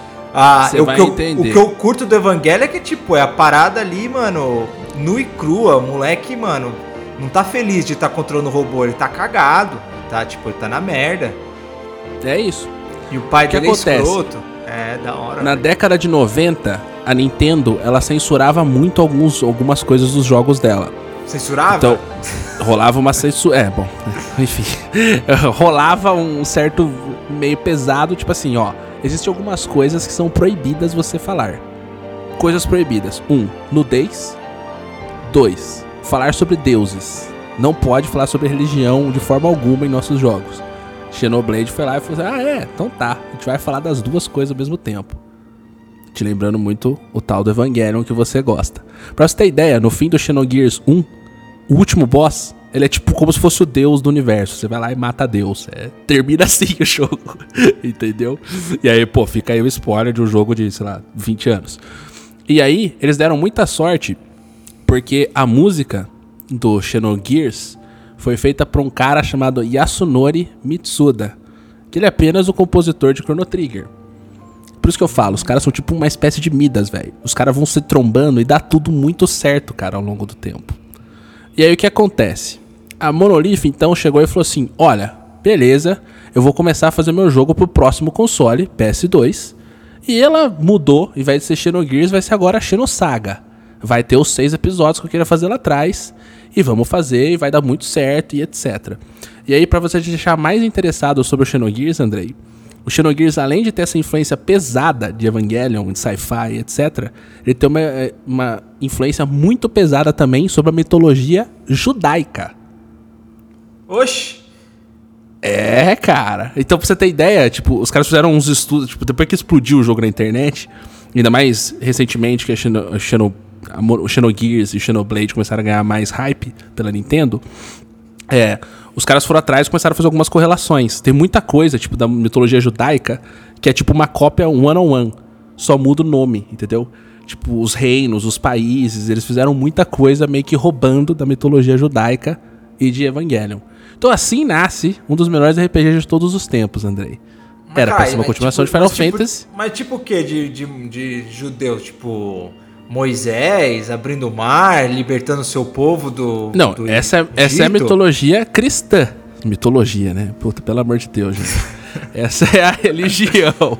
O que eu curto do Evangelion é que, tipo, é a parada ali, mano, nua e crua. O moleque, mano, não tá feliz de estar controlando o robô, ele tá cagado, tá? Tipo, ele tá na merda. É isso. E o pai dele é acontece? escroto. É, da hora. Na década de 90, a Nintendo, ela censurava muito algumas coisas dos jogos dela. Censurava? Então, rolava uma censura... bom, enfim. Rolava um certo meio pesado, tipo assim, ó. Existem algumas coisas que são proibidas você falar. Coisas proibidas. 1. Nudez. 2. Falar sobre deuses. Não pode falar sobre religião de forma alguma em nossos jogos. Xenoblade foi lá e falou assim, então tá, a gente vai falar das duas coisas ao mesmo tempo. Te lembrando muito o tal do Evangelion que você gosta. Pra você ter ideia, no fim do Xenogears 1, o último boss, ele é tipo como se fosse o deus do universo. Você vai lá e mata Deus. Termina assim o jogo, entendeu? E aí, pô, fica aí o spoiler de um jogo de, sei lá, 20 anos. E aí, eles deram muita sorte, porque a música do Xenogears foi feita por um cara chamado Yasunori Mitsuda, que ele é apenas o compositor de Chrono Trigger. Por isso que eu falo, os caras são tipo uma espécie de Midas, velho. Os caras vão se trombando e dá tudo muito certo, cara, ao longo do tempo. E aí o que acontece? A Monolith então chegou e falou assim, olha, beleza, eu vou começar a fazer meu jogo pro próximo console, PS2. E ela mudou, em vez de ser Xenogears, vai ser agora Xenosaga. Vai ter os 6 episódios que eu queria fazer lá atrás. E vamos fazer, e vai dar muito certo, e etc. E aí, pra você te deixar mais interessado sobre o Xenogears, Andrei, o Xenogears, além de ter essa influência pesada de Evangelion, de sci-fi, etc., ele tem uma influência muito pesada também sobre a mitologia judaica. Oxi! Cara. Então, pra você ter ideia, tipo, os caras fizeram uns estudos, tipo, depois que explodiu o jogo na internet, ainda mais recentemente que o Xenogears e o Xenoblade começaram a ganhar mais hype pela Nintendo, os caras foram atrás e começaram a fazer algumas correlações. Tem muita coisa, tipo, da mitologia judaica, que é tipo uma cópia one-on-one. Só muda o nome, entendeu? Tipo, os reinos, os países, eles fizeram muita coisa meio que roubando da mitologia judaica e de Evangelion. Então assim nasce um dos melhores RPGs de todos os tempos, Andrei. Era pra ser uma continuação de Final Fantasy. Mas tipo o que de judeus? Tipo... Moisés abrindo o mar, libertando o seu povo do... Não, essa é a mitologia cristã. Mitologia, né? Puta, pelo amor de Deus, gente. Essa é a religião.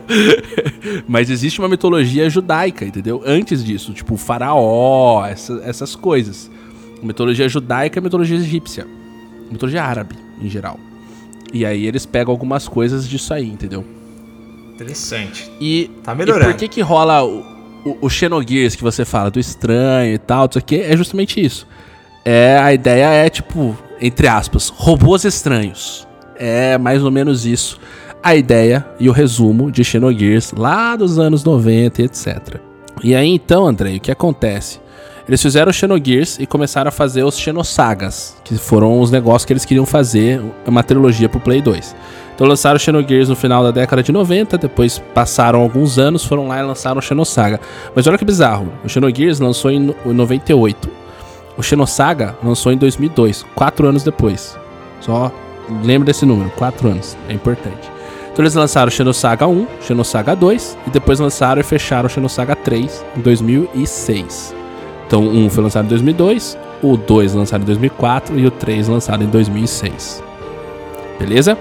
Mas existe uma mitologia judaica, entendeu? Antes disso, tipo o faraó, essas coisas. A mitologia judaica e a mitologia egípcia. A mitologia árabe, em geral. E aí eles pegam algumas coisas disso aí, entendeu? Interessante. Tá melhorando. E por que rola... O Xenogears que você fala, do estranho e tal, isso aqui, é justamente isso. A ideia é, tipo, entre aspas, robôs estranhos. É mais ou menos isso. A ideia e o resumo de Xenogears lá dos anos 90 e etc. E aí, então, Andrei, o que acontece? Eles fizeram o Xenogears e começaram a fazer os Xenosagas, que foram os negócios que eles queriam fazer, uma trilogia pro Play 2. Então lançaram o Xenogears no final da década de 90, depois passaram alguns anos, foram lá e lançaram o Xenosaga. Mas olha que bizarro, o Xenogears lançou em 98, o Xenosaga lançou em 2002, 4 anos depois. Só lembra desse número, 4 anos, é importante. Então eles lançaram o Xenosaga 1, Xenosaga 2, e depois lançaram e fecharam o Xenosaga 3 em 2006. Então o 1 foi lançado em 2002, o 2 lançado em 2004 e o 3 lançado em 2006. Beleza?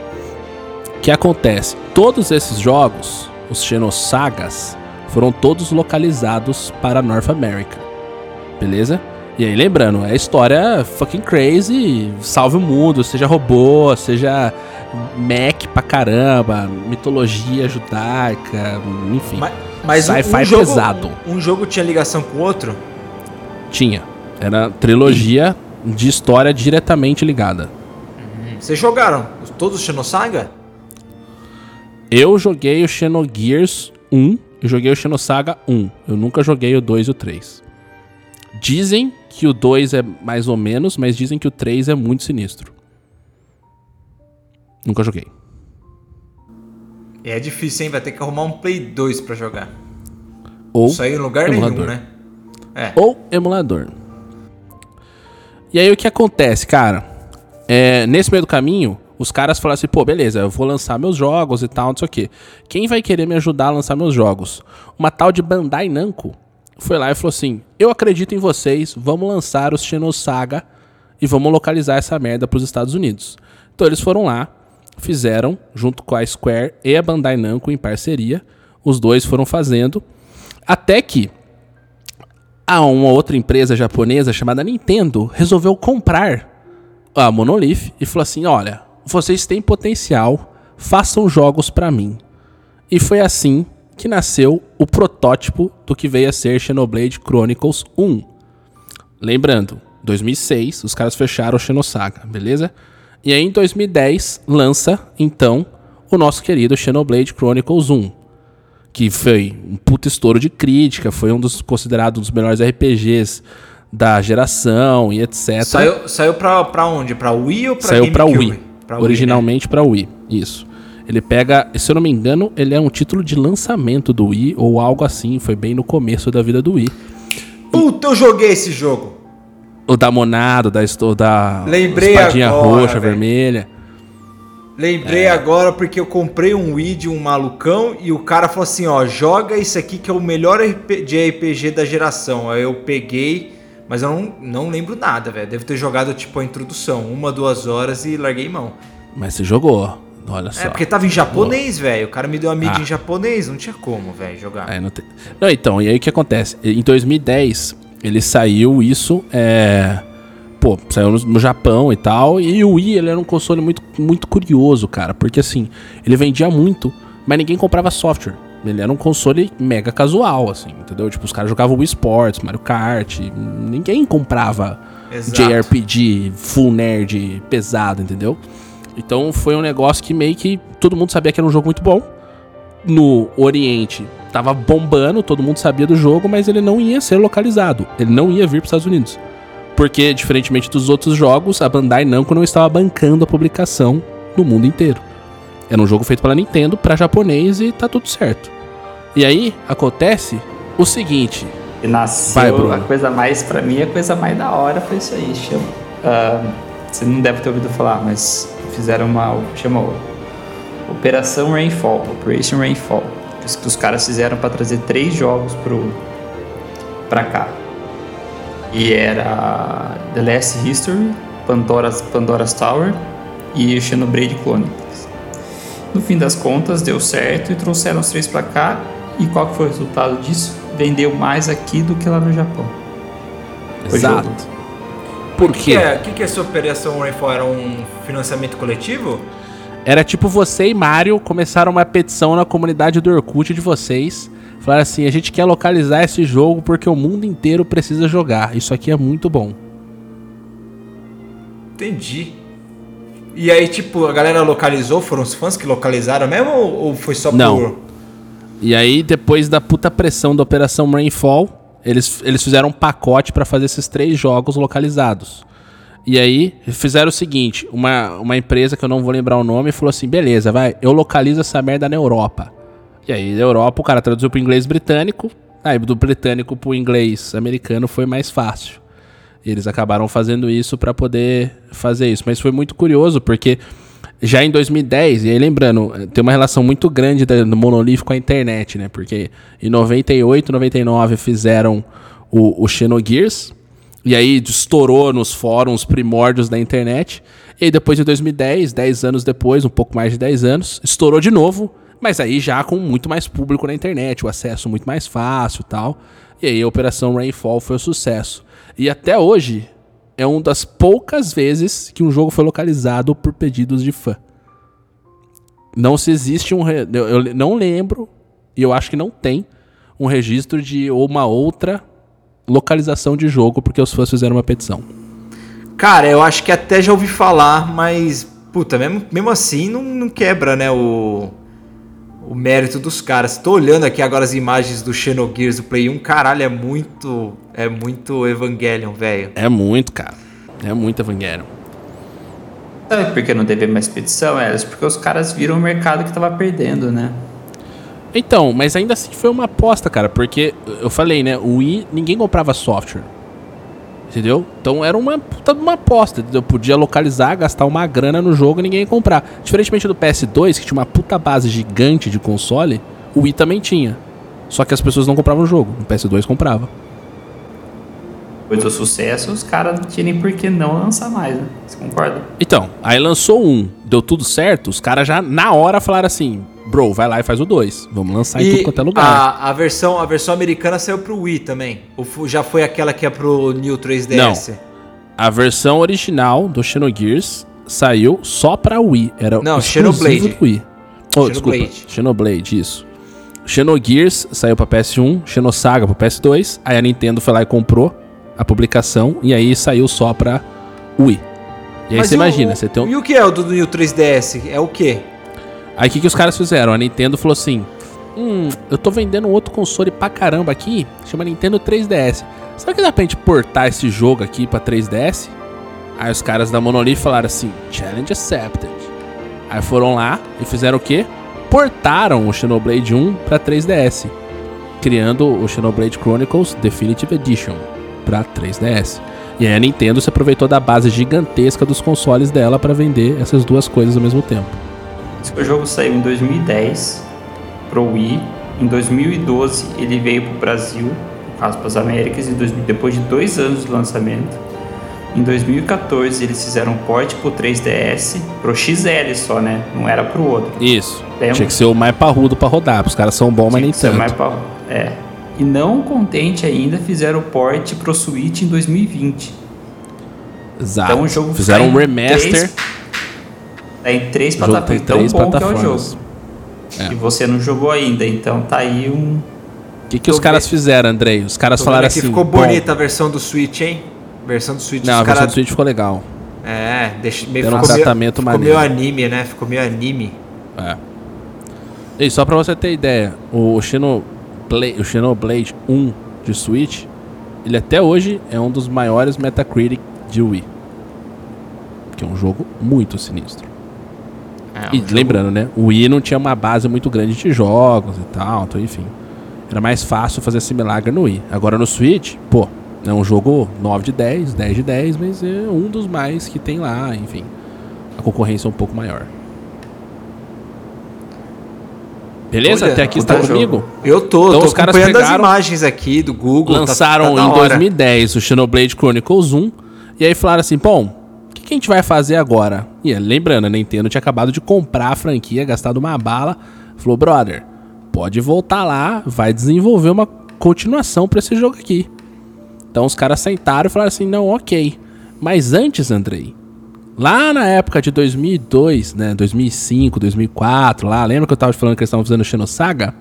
O que acontece? Todos esses jogos, os Xenosagas, foram todos localizados para North America. Beleza? E aí lembrando, é história fucking crazy, salve o mundo, seja robô, seja mech pra caramba, mitologia judaica, enfim. Mas sci-fi pesado. Um jogo tinha ligação com o outro? Tinha. Era trilogia de história diretamente ligada. Vocês jogaram todos os Xenosaga? Eu joguei o Xenogears 1 eu joguei o Xenosaga 1. Eu nunca joguei o 2 e o 3. Dizem que o 2 é mais ou menos, mas dizem que o 3 é muito sinistro. Nunca joguei. É difícil, hein? Vai ter que arrumar um Play 2 pra jogar. Ou isso aí em lugar emulador. Nenhum, né? Ou emulador. E aí o que acontece, cara? Nesse meio do caminho, os caras falaram assim, pô, beleza, eu vou lançar meus jogos e tal, não sei o quê. Quem vai querer me ajudar a lançar meus jogos? Uma tal de Bandai Namco foi lá e falou assim, eu acredito em vocês, vamos lançar os Xenosaga e vamos localizar essa merda pros Estados Unidos. Então eles foram lá, fizeram, junto com a Square e a Bandai Namco em parceria, os dois foram fazendo, até que uma outra empresa japonesa chamada Nintendo resolveu comprar a Monolith e falou assim, olha, vocês têm potencial, façam jogos pra mim. E foi assim que nasceu o protótipo do que veio a ser Xenoblade Chronicles 1. Lembrando, 2006, os caras fecharam o Xenosaga, beleza? E aí em 2010 lança, então, o nosso querido Xenoblade Chronicles 1. Que foi um puta estouro de crítica, foi considerado um dos melhores RPGs da geração e etc. Saiu pra onde? Pra Wii ou pra Saiu pra GameCube? Wii. Originalmente, né? Pra Wii, isso. Ele pega, se eu não me engano, ele é um título de lançamento do Wii ou algo assim, foi bem no começo da vida do Wii. Puta, eu joguei esse jogo. O da Monado, da Lembrei espadinha agora, roxa, vermelha. Lembrei agora porque eu comprei um Wii de um malucão e o cara falou assim, ó, joga isso aqui que é o melhor de RPG da geração. Aí eu peguei, mas eu não lembro nada, velho. Devo ter jogado tipo a introdução, 1-2 horas e larguei mão. Mas você jogou, olha só. Porque tava em japonês, velho. O cara me deu a mídia em japonês, não tinha como, velho, jogar. Não, então, e aí o que acontece? Em 2010, ele saiu isso, saiu no Japão e tal, e o Wii, ele era um console muito, muito curioso, cara, porque assim, ele vendia muito, mas ninguém comprava software. Ele era um console mega casual, assim, entendeu? Tipo, os caras jogavam Wii Sports, Mario Kart, ninguém comprava JRPG, full nerd, pesado, entendeu? Então foi um negócio que meio que todo mundo sabia que era um jogo muito bom. No Oriente tava bombando, todo mundo sabia do jogo, mas ele não ia ser localizado, ele não ia vir para os Estados Unidos. Porque, diferentemente dos outros jogos, a Bandai Namco não estava bancando a publicação no mundo inteiro. Era um jogo feito pela Nintendo para japonês e tá tudo certo. E aí, acontece o seguinte... E nasceu a coisa mais, pra mim, a coisa mais da hora foi isso aí. Você não deve ter ouvido falar, mas fizeram chama Operação Rainfall, Operation Rainfall. Que os caras fizeram para trazer 3 jogos pra cá. E era The Last History, Pandora's Tower e Xenoblade Chronicles. No fim das contas, deu certo e trouxeram os 3 pra cá. E qual que foi o resultado disso? Vendeu mais aqui do que lá no Japão. Exato. Por quê? O que é essa Operação Rainfall? Era um financiamento coletivo? Era tipo você e Mario começaram uma petição na comunidade do Orkut de vocês. Falaram assim, a gente quer localizar esse jogo porque o mundo inteiro precisa jogar. Isso aqui é muito bom. Entendi. E aí, tipo, a galera localizou? Foram os fãs que localizaram mesmo? Ou foi só Não. E aí, depois da puta pressão da Operação Rainfall, eles fizeram um pacote pra fazer esses 3 jogos localizados. E aí, fizeram o seguinte, uma empresa que eu não vou lembrar o nome, falou assim, beleza, eu localizo essa merda na Europa. E aí, na Europa, o cara traduziu pro inglês britânico, aí do britânico pro inglês americano foi mais fácil. E eles acabaram fazendo isso pra poder fazer isso. Mas foi muito curioso, porque já em 2010, e aí lembrando, tem uma relação muito grande do Monolith com a internet, né? Porque em 98, 99 fizeram o Xenogears, e aí estourou nos fóruns primórdios da internet. E aí depois de 2010, 10 anos depois, um pouco mais de 10 anos, estourou de novo, mas aí já com muito mais público na internet, o acesso muito mais fácil e tal. E aí a Operação Rainfall foi um sucesso. E até hoje é uma das poucas vezes que um jogo foi localizado por pedidos de fã. Não se existe eu não lembro, e eu acho que não tem, um registro de uma outra localização de jogo porque os fãs fizeram uma petição. Cara, eu acho que até já ouvi falar, mas, puta, mesmo assim não quebra, né, o mérito dos caras. Tô olhando aqui agora as imagens do Xenogears do Play 1. Caralho, é muito Evangelion, velho. É muito, cara. É muito Evangelion. Sabe por que não teve mais expedição, Elis? Porque os caras viram o mercado que tava perdendo, né? Então, mas ainda assim foi uma aposta, cara. Porque eu falei, né? O Wii, ninguém comprava software. Entendeu? Então era uma puta de uma aposta. Eu podia localizar, gastar uma grana no jogo e ninguém ia comprar. Diferentemente do PS2, que tinha uma puta base gigante de console, o Wii também tinha. Só que as pessoas não compravam o jogo. O PS2 comprava. Depois do sucesso, os caras não tinham nem por que não lançar mais, né? Você concorda? Então, aí lançou um, deu tudo certo, os caras já na hora falaram assim: bro, vai lá e faz o 2. Vamos lançar em tudo quanto é lugar. A versão americana saiu pro Wii também? Ou já foi aquela que é pro New 3DS? Não. A versão original do Xenogears saiu só pra Wii. Era Xenoblade. Do Wii. Desculpa. Xenoblade, isso. Xenogears saiu pra PS1, Xenosaga pro PS2. Aí a Nintendo foi lá e comprou a publicação. E aí saiu só pra Wii. E aí Mas você imagina, você tem um... E o que é o do New 3DS? É o quê? Aí o que os caras fizeram? A Nintendo falou assim: eu tô vendendo um outro console pra caramba aqui, chama Nintendo 3DS. Será que dá pra gente portar esse jogo aqui pra 3DS? Aí os caras da Monolith falaram assim: Challenge accepted. Aí foram lá e fizeram o quê? Portaram o Xenoblade 1 pra 3DS, criando o Xenoblade Chronicles Definitive Edition pra 3DS. E aí a Nintendo se aproveitou da base gigantesca dos consoles dela pra vender essas duas coisas ao mesmo tempo. O jogo saiu em 2010 pro Wii. Em 2012 ele veio pro Brasil, no caso para as Américas, e depois de 2 anos de lançamento. Em 2014 eles fizeram um port pro 3DS, pro XL só, né? Não era pro outro. Isso. Lembra? Tinha que ser o mais parrudo pra rodar. Os caras são bons, mas nem tanto. E não contente ainda, fizeram o port pro Switch em 2020. Exato. Então o jogo fizeram um remaster. Em 3 plataformas. Tão bom que é o jogo. E você não jogou ainda, então tá aí um... O que os caras fizeram, Andrei? Os caras falaram assim... Ficou bonita a versão do Switch, hein? A versão do Switch... Não, a versão do Switch ficou legal. Ficou um tratamento maneiro. Ficou meio anime, né? Ficou meio anime. E só pra você ter ideia, o Xenoblade 1 de Switch, ele até hoje é um dos maiores Metacritic de Wii. Que é um jogo muito sinistro. Lembrando, né? O Wii não tinha uma base muito grande de jogos e tal, então enfim. Era mais fácil fazer esse milagre no Wii. Agora no Switch, é um jogo 9 de 10, 10 de 10, mas é um dos mais que tem lá, enfim. A concorrência é um pouco maior. Beleza? Até aqui está comigo? Eu tô os caras acompanhando pegaram, as imagens aqui do Google. Lançaram em 2010 o Xenoblade Chronicles 1. E aí falaram assim, o que a gente vai fazer agora? E lembrando, a Nintendo tinha acabado de comprar a franquia, gastado uma bala. Falou, brother, pode voltar lá, vai desenvolver uma continuação pra esse jogo aqui. Então os caras sentaram e falaram assim, não, ok. Mas antes, Andrei, lá na época de 2002, né, 2005, 2004, lá, lembra que eu tava falando que eles estavam fazendo o Xenosaga?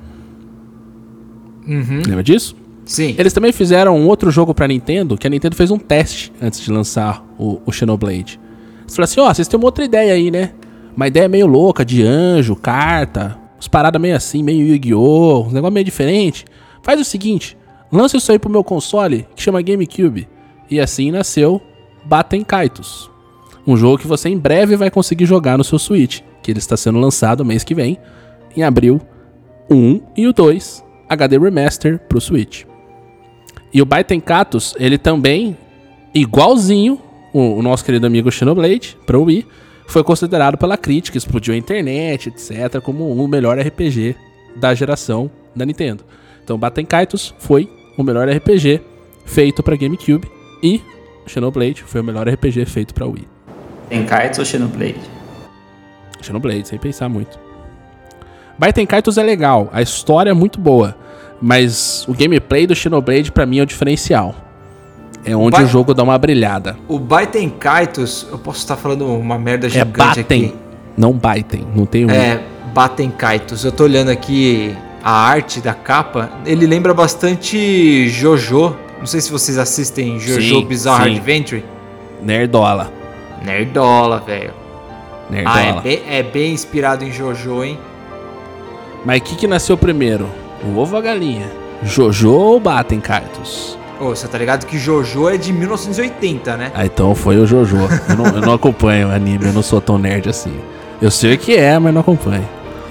Lembra disso? Sim. Eles também fizeram um outro jogo pra Nintendo, que a Nintendo fez um teste antes de lançar o Xenoblade. Eles falaram assim, vocês têm uma outra ideia aí, né? Uma ideia meio louca, de anjo, carta, uns paradas meio assim, meio Yu-Gi-Oh!, uns negócio meio diferente. Faz o seguinte, lança isso aí pro meu console, que chama GameCube. E assim nasceu Baten Kaitos. Um jogo que você em breve vai conseguir jogar no seu Switch, que ele está sendo lançado mês que vem, em abril, o 1 e o 2, HD Remaster pro Switch. E o Baten Kaitos, ele também, igualzinho o nosso querido amigo Xenoblade, pro Wii, foi considerado pela crítica, explodiu a internet, etc., como o melhor RPG da geração da Nintendo. Então Baten Kaitos foi o melhor RPG feito para GameCube e Xenoblade foi o melhor RPG feito para Wii. Baten Kaitos ou Xenoblade? Xenoblade, sem pensar muito. Baten Kaitos é legal, a história é muito boa, mas o gameplay do Xenoblade pra mim é o diferencial. É onde o jogo dá uma brilhada. O Baten Kaitos, eu posso estar falando uma merda gigante Baten, aqui. Não Baten, não tem um. Baten Kaitos. Eu tô olhando aqui a arte da capa, ele lembra bastante JoJo. Não sei se vocês assistem JoJo Bizarre Adventure. Nerdola, velho. Nerdola. É bem inspirado em JoJo, hein? Mas o que nasceu primeiro? O ovo ou a galinha? Jojo ou Baten Kaitos? Você tá ligado que Jojo é de 1980, né? Então foi o Jojo. Eu não acompanho anime, eu não sou tão nerd assim. Eu sei o que é, mas não acompanho.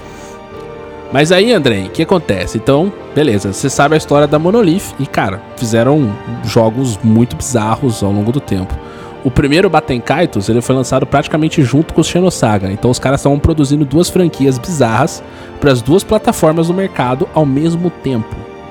Mas aí, Andrei, o que acontece? Então, beleza, você sabe a história da Monolith e, cara, fizeram jogos muito bizarros ao longo do tempo. O primeiro Baten Kaitos, ele foi lançado praticamente junto com o Xenosaga. Então os caras estavam produzindo 2 franquias bizarras para as 2 plataformas do mercado ao mesmo tempo.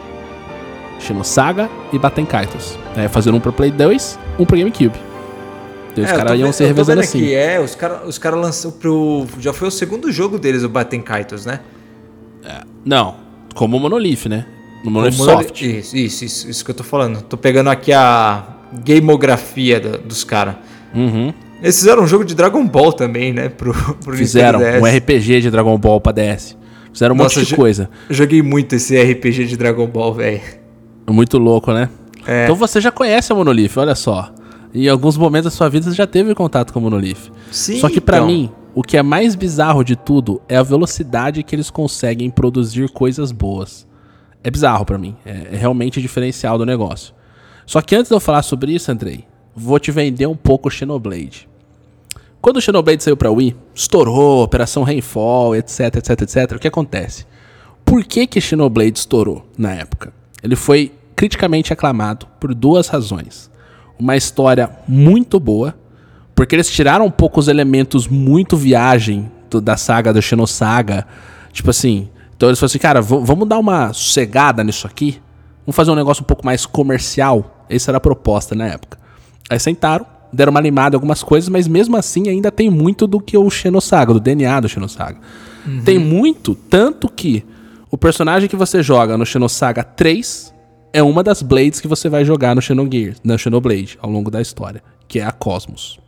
Xenosaga e Baten Kaitos. Fazendo um pra Play 2, um pra GameCube. Então os caras iam se revezando assim. Os caras lançaram pro... Já foi o segundo jogo deles, o Baten Kaitos, né? Não, como o Monolith, né? No Monolith Soft. Isso que eu tô falando. Tô pegando aqui a gamografia dos caras. Uhum. Eles fizeram um jogo de Dragon Ball também, né? Pro fizeram um RPG de Dragon Ball pra DS. Fizeram um monte de coisa. Eu joguei muito esse RPG de Dragon Ball, velho. Muito louco, né? Então você já conhece a Monolith, olha só. Em alguns momentos da sua vida você já teve contato com a Monolith. Sim, só que pra mim, o que é mais bizarro de tudo é a velocidade que eles conseguem produzir coisas boas. É bizarro pra mim. É realmente diferencial do negócio. Só que antes de eu falar sobre isso, Andrei, vou te vender um pouco o Xenoblade. Quando o Xenoblade saiu pra Wii, estourou, Operação Rainfall, etc. O que acontece? Por que Xenoblade estourou na época? Ele foi criticamente aclamado por 2 razões. Uma história muito boa, porque eles tiraram um pouco os elementos muito viagem da saga do Xenosaga. Tipo assim, então eles falaram assim, cara, vamos dar uma sossegada nisso aqui? Vamos fazer um negócio um pouco mais comercial? Essa era a proposta na época. Aí sentaram, deram uma limada em algumas coisas, mas mesmo assim ainda tem muito do que o Xenosaga, do DNA do Xenosaga. Uhum. Tem muito, tanto que o personagem que você joga no Xenosaga 3 é uma das Blades que você vai jogar no Xenoblade ao longo da história, que é a Cosmos.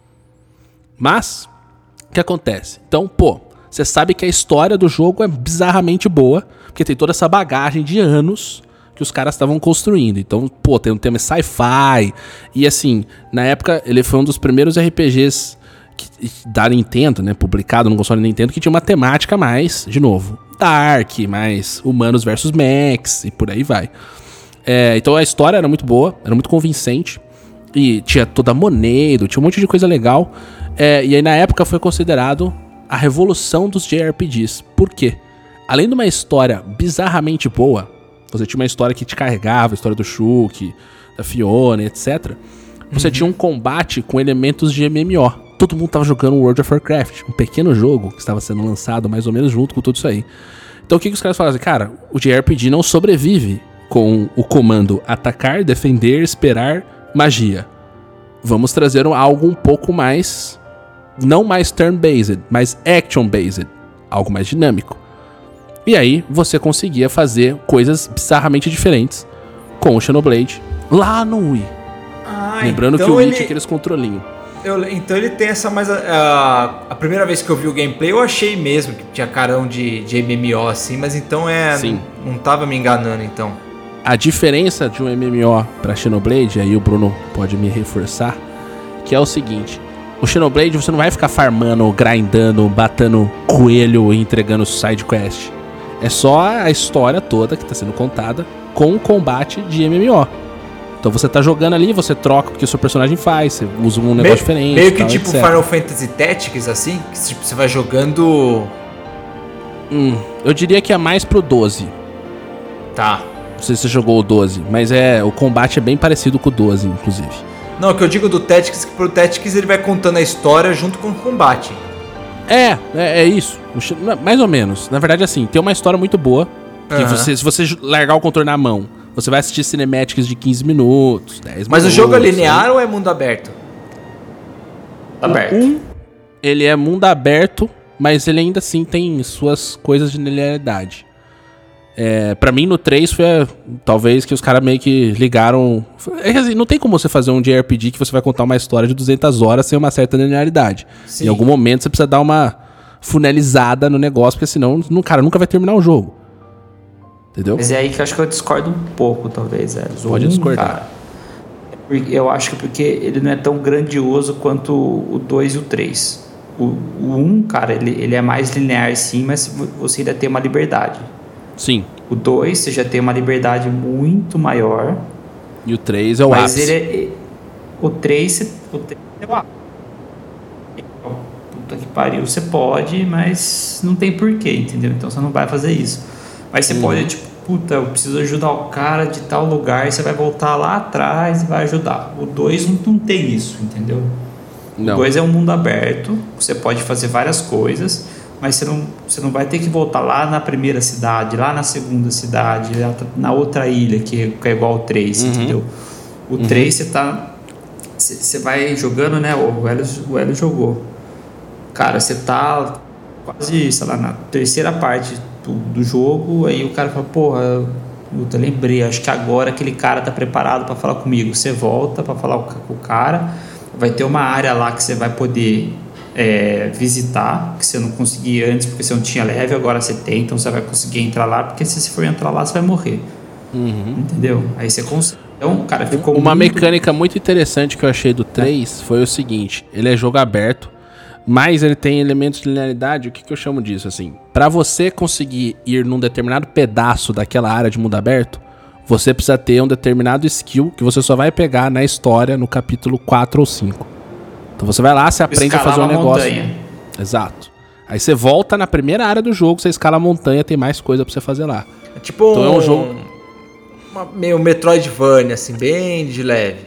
Mas, o que acontece? Então, você sabe que a história do jogo é bizarramente boa, porque tem toda essa bagagem de anos que os caras estavam construindo. Então, tem um tema sci-fi. E assim, na época, ele foi um dos primeiros RPGs da Nintendo, né? Publicado no console Nintendo, que tinha uma temática mais, de novo, dark, mais humanos versus mechs, e por aí vai. Então a história era muito boa, era muito convincente. E tinha toda a Monedo, tinha um monte de coisa legal. E aí na época foi considerado a revolução dos JRPGs. Por quê? Além de uma história bizarramente boa, você tinha uma história que te carregava, a história do Shulk, da Fiona, etc. Você tinha um combate com elementos de MMO. Todo mundo tava jogando World of Warcraft, um pequeno jogo que estava sendo lançado mais ou menos junto com tudo isso aí. Então o que os caras falaram? Cara, o JRPG não sobrevive com o comando atacar, defender, esperar, magia. Vamos trazer algo um pouco mais, não mais turn-based, mas action-based, algo mais dinâmico. E aí você conseguia fazer coisas bizarramente diferentes com o Xenoblade lá no Wii. Lembrando então que o Wii tinha aqueles controlinhos. Então ele tem essa mais... A primeira vez que eu vi o gameplay eu achei mesmo que tinha carão de MMO assim, mas então Sim. Não tava me enganando então. A diferença de um MMO para Xenoblade, aí o Bruno pode me reforçar, que é o seguinte: o Xenoblade você não vai ficar farmando, grindando, batendo coelho e entregando side quest. É só a história toda que está sendo contada com o combate de MMO. Então você tá jogando ali, você troca o que o seu personagem faz, você usa um negócio diferente. Meio que tal, tipo etc. Final Fantasy Tactics, assim? Que tipo, você vai jogando... eu diria que é mais pro 12. Tá. Não sei se você jogou o 12, mas o combate é bem parecido com o 12, inclusive. Não, o que eu digo do Tactics, que pro Tactics ele vai contando a história junto com o combate. É isso. Mais ou menos. Na verdade, assim, tem uma história muito boa. Que se você largar o controle na mão, você vai assistir cinematics de 15 minutos, 10 minutos. Mas o jogo é linear ou é mundo aberto? Aberto. Ele é mundo aberto, mas ele ainda assim tem suas coisas de linearidade. Pra mim, no 3 foi talvez que os caras meio que ligaram... Assim, não tem como você fazer um JRPG que você vai contar uma história de 200 horas sem uma certa linearidade. Sim. Em algum momento você precisa dar uma funelizada no negócio, porque senão o cara nunca vai terminar o jogo. Entendeu? Mas é aí que eu acho que eu discordo um pouco, talvez. Pode discordar. Eu acho que porque ele não é tão grandioso quanto o 2 e o 3. O 1, cara, ele é mais linear sim, mas você ainda tem uma liberdade. Sim. O 2, você já tem uma liberdade muito maior. E o 3 é o mas ápice. O 3 é o ápice. Puta que pariu, você pode, mas não tem porquê, entendeu? Então você não vai fazer isso. Mas você pode, tipo, puta, eu preciso ajudar o cara de tal lugar, você vai voltar lá atrás e vai ajudar. O 2 não tem isso, entendeu? Não. O 2 é um mundo aberto, você pode fazer várias coisas, mas você não vai ter que voltar lá na primeira cidade, lá na segunda cidade, na outra ilha, que é igual ao 3, entendeu? O 3 você vai jogando, né? O Hélio jogou. Cara, você tá quase, sei lá, na terceira parte do jogo, aí o cara fala, porra, eu lembrei, acho que agora aquele cara tá preparado para falar comigo. Você volta para falar com o cara, vai ter uma área lá que você vai poder visitar, que você não conseguia antes porque você não tinha level, agora você tem, então você vai conseguir entrar lá, porque se você for entrar lá, você vai morrer. Entendeu? Aí você consegue. Então, cara, ficou uma mecânica muito interessante que eu achei do 3 foi o seguinte, ele é jogo aberto, mas ele tem elementos de linearidade. O que eu chamo disso, assim? Pra você conseguir ir num determinado pedaço daquela área de mundo aberto, você precisa ter um determinado skill que você só vai pegar na história no capítulo 4 ou 5. Então você vai lá, você aprende a fazer um negócio. Montanha. Exato. Aí você volta na primeira área do jogo, você escala a montanha, tem mais coisa pra você fazer lá. É tipo então é um jogo... meio Metroidvania, assim, bem de leve.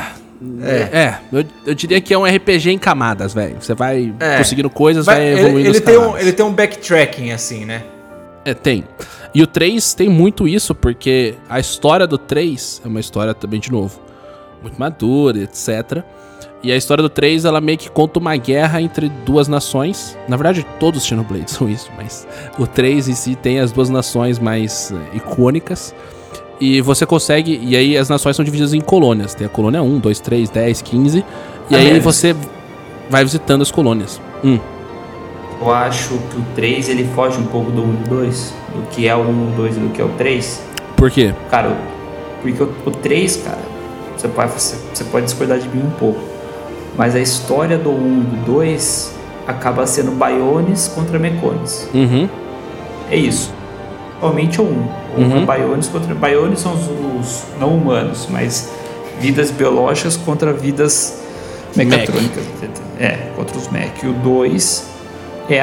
Eu diria que é um RPG em camadas, velho. Você vai conseguindo coisas, vai evoluindo as camadas. Ele tem um backtracking, assim, né? Tem. E o 3 tem muito isso, porque a história do 3 é uma história também, de novo, muito madura, etc. E a história do 3, ela meio que conta uma guerra entre duas nações. Na verdade, todos os Xenoblade são isso, mas o 3 em si tem as duas nações mais icônicas. E você consegue... E aí as nações são divididas em colônias. Tem a colônia 1, 2, 3, 10, 15. E aí você vai visitando as colônias. Eu acho que o 3 ele foge um pouco do 1 e do 2. Do que é o 1, o 2 e do que é o 3. Por quê? Cara, porque o 3, cara... Você pode discordar de mim um pouco. Mas a história do 1 e do 2 acaba sendo Bionis contra Meconis. É isso. Principalmente o 1. Bionis contra... Bionis são os não humanos, mas vidas biológicas contra vidas mecatrônicas. Contra os mech. E o 2 é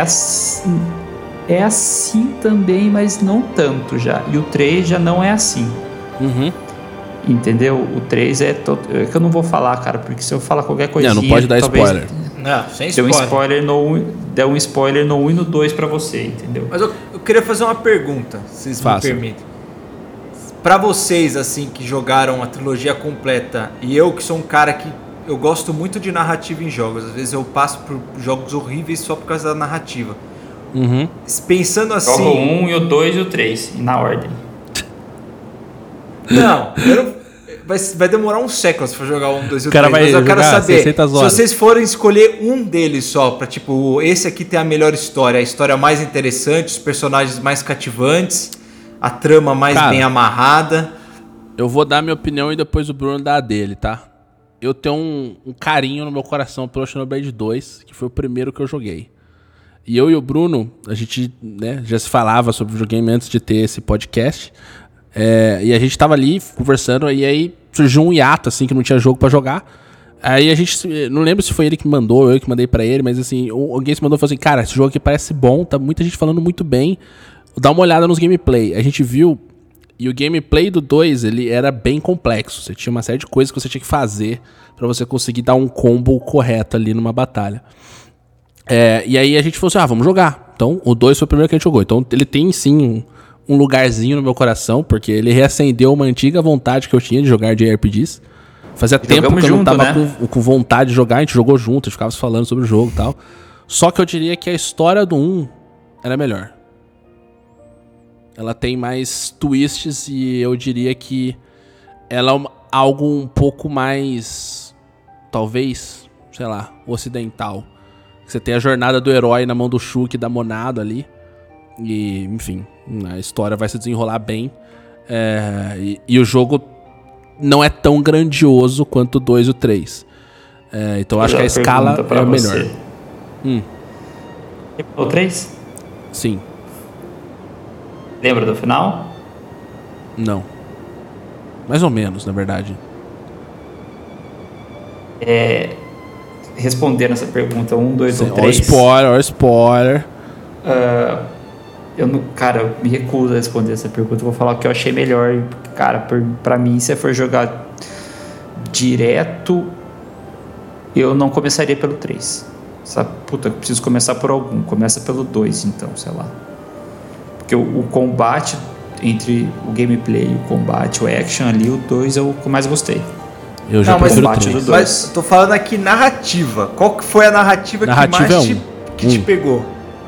assim também, mas não tanto já. E o 3 já não é assim. Entendeu? O 3 é que eu não vou falar, cara, porque se eu falar qualquer coisinha... Não pode dar spoiler. Não, sem spoiler. Deu um spoiler no 1 e no 2 pra você, entendeu? Mas eu queria fazer uma pergunta, se vocês me permitem. Pra vocês, assim, que jogaram a trilogia completa, e eu que sou um cara que eu gosto muito de narrativa em jogos, às vezes eu passo por jogos horríveis só por causa da narrativa. Pensando assim... Joga o 1 e o 2 e o 3, na ordem. Não, vai demorar uns séculos pra jogar um, 2 e o 3. Mas eu quero saber, se vocês forem escolher um deles só, pra tipo, esse aqui tem a melhor história, a história mais interessante, os personagens mais cativantes, a trama mais bem amarrada. Eu vou dar minha opinião e depois o Bruno dá a dele, tá? Eu tenho um carinho no meu coração pelo Xenoblade 2, que foi o primeiro que eu joguei. E eu e o Bruno, a gente, né, já se falava sobre videogame antes de ter esse podcast. E a gente tava ali conversando, e aí surgiu um hiato, assim, que não tinha jogo pra jogar. Aí a gente, não lembro se foi ele que mandou, eu que mandei pra ele, mas assim, alguém se mandou e falou assim, cara, esse jogo aqui parece bom, tá muita gente falando muito bem, dá uma olhada nos gameplay. A gente viu, e o gameplay do 2, ele era bem complexo, você tinha uma série de coisas que você tinha que fazer pra você conseguir dar um combo correto ali numa batalha. E aí a gente falou assim, vamos jogar. Então, o 2 foi o primeiro que a gente jogou, então ele tem sim um lugarzinho no meu coração, porque ele reacendeu uma antiga vontade que eu tinha de jogar de RPGs. Fazia tempo que eu não tava com vontade de jogar, a gente jogou junto, a gente ficava falando sobre o jogo e tal. Só que eu diria que a história do 1 era melhor. Ela tem mais twists e eu diria que ela é algo um pouco mais, talvez, sei lá, ocidental. Você tem a jornada do herói na mão do Shulk e da Monado ali. E, enfim, a história vai se desenrolar bem. E o jogo não é tão grandioso quanto o 2 e o 3. Então acho que a escala é a melhor. O 3? Sim. Lembra do final? Não. Mais ou menos, na verdade. Respondendo essa pergunta, 1, 2 ou 3. Ó spoiler. Eu não, cara, eu me recuso a responder essa pergunta. Eu vou falar o que eu achei melhor. Cara, pra mim, se for jogar direto, eu não começaria pelo 3. Sabe? Puta, eu preciso começar por algum. Começa pelo 2, então, sei lá. Porque o combate entre o gameplay, o combate, o action ali, o 2 é o que eu mais gostei. Eu já prefiro o 3. Mas tô falando aqui narrativa. Qual que foi a narrativa que mais te pegou?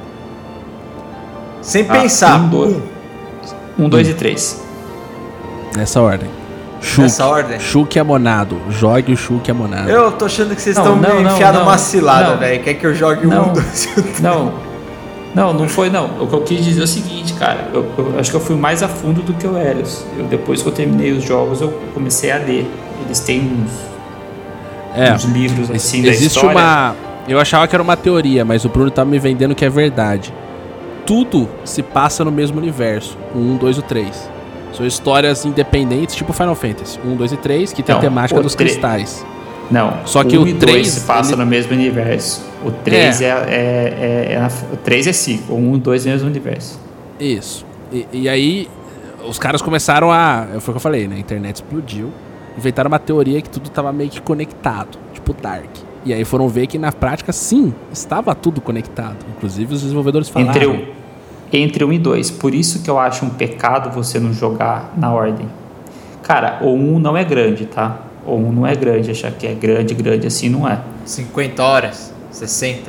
Sem pensar. 1, 2 e 3. Nessa ordem. Nessa ordem? Shulk Amonado. Jogue o Shulk Amonado. Eu tô achando que vocês estão me enfiando numa cilada, velho. Quer que eu jogue 1, 2 e 3? Não foi não. O que eu quis dizer é o seguinte, cara. Eu acho que eu fui mais a fundo do que o Helios. Depois que eu terminei os jogos, eu comecei a ler. Eles têm uns livros assim da história. Eu achava que era uma teoria, mas o Bruno tá me vendendo que é verdade. Tudo se passa no mesmo universo. O 1, 2 e o 3. São histórias independentes, tipo Final Fantasy. 1, 2 e 3, que tem a temática dos cristais. Não, só que o 3 se passa no mesmo universo. O 3 o 3 é sequel, o 1 e o 2 é o mesmo universo. Isso. E aí, os caras começaram foi o que eu falei, né? A internet explodiu. Inventaram uma teoria que tudo tava meio que conectado, tipo Dark. E aí foram ver que na prática, sim, estava tudo conectado. Inclusive os desenvolvedores falaram. Entre 1 e 2. Por isso que eu acho um pecado você não jogar na ordem. Cara, o 1 não é grande, tá? O 1 não é grande, achar que é grande assim não é. 50 horas, 60.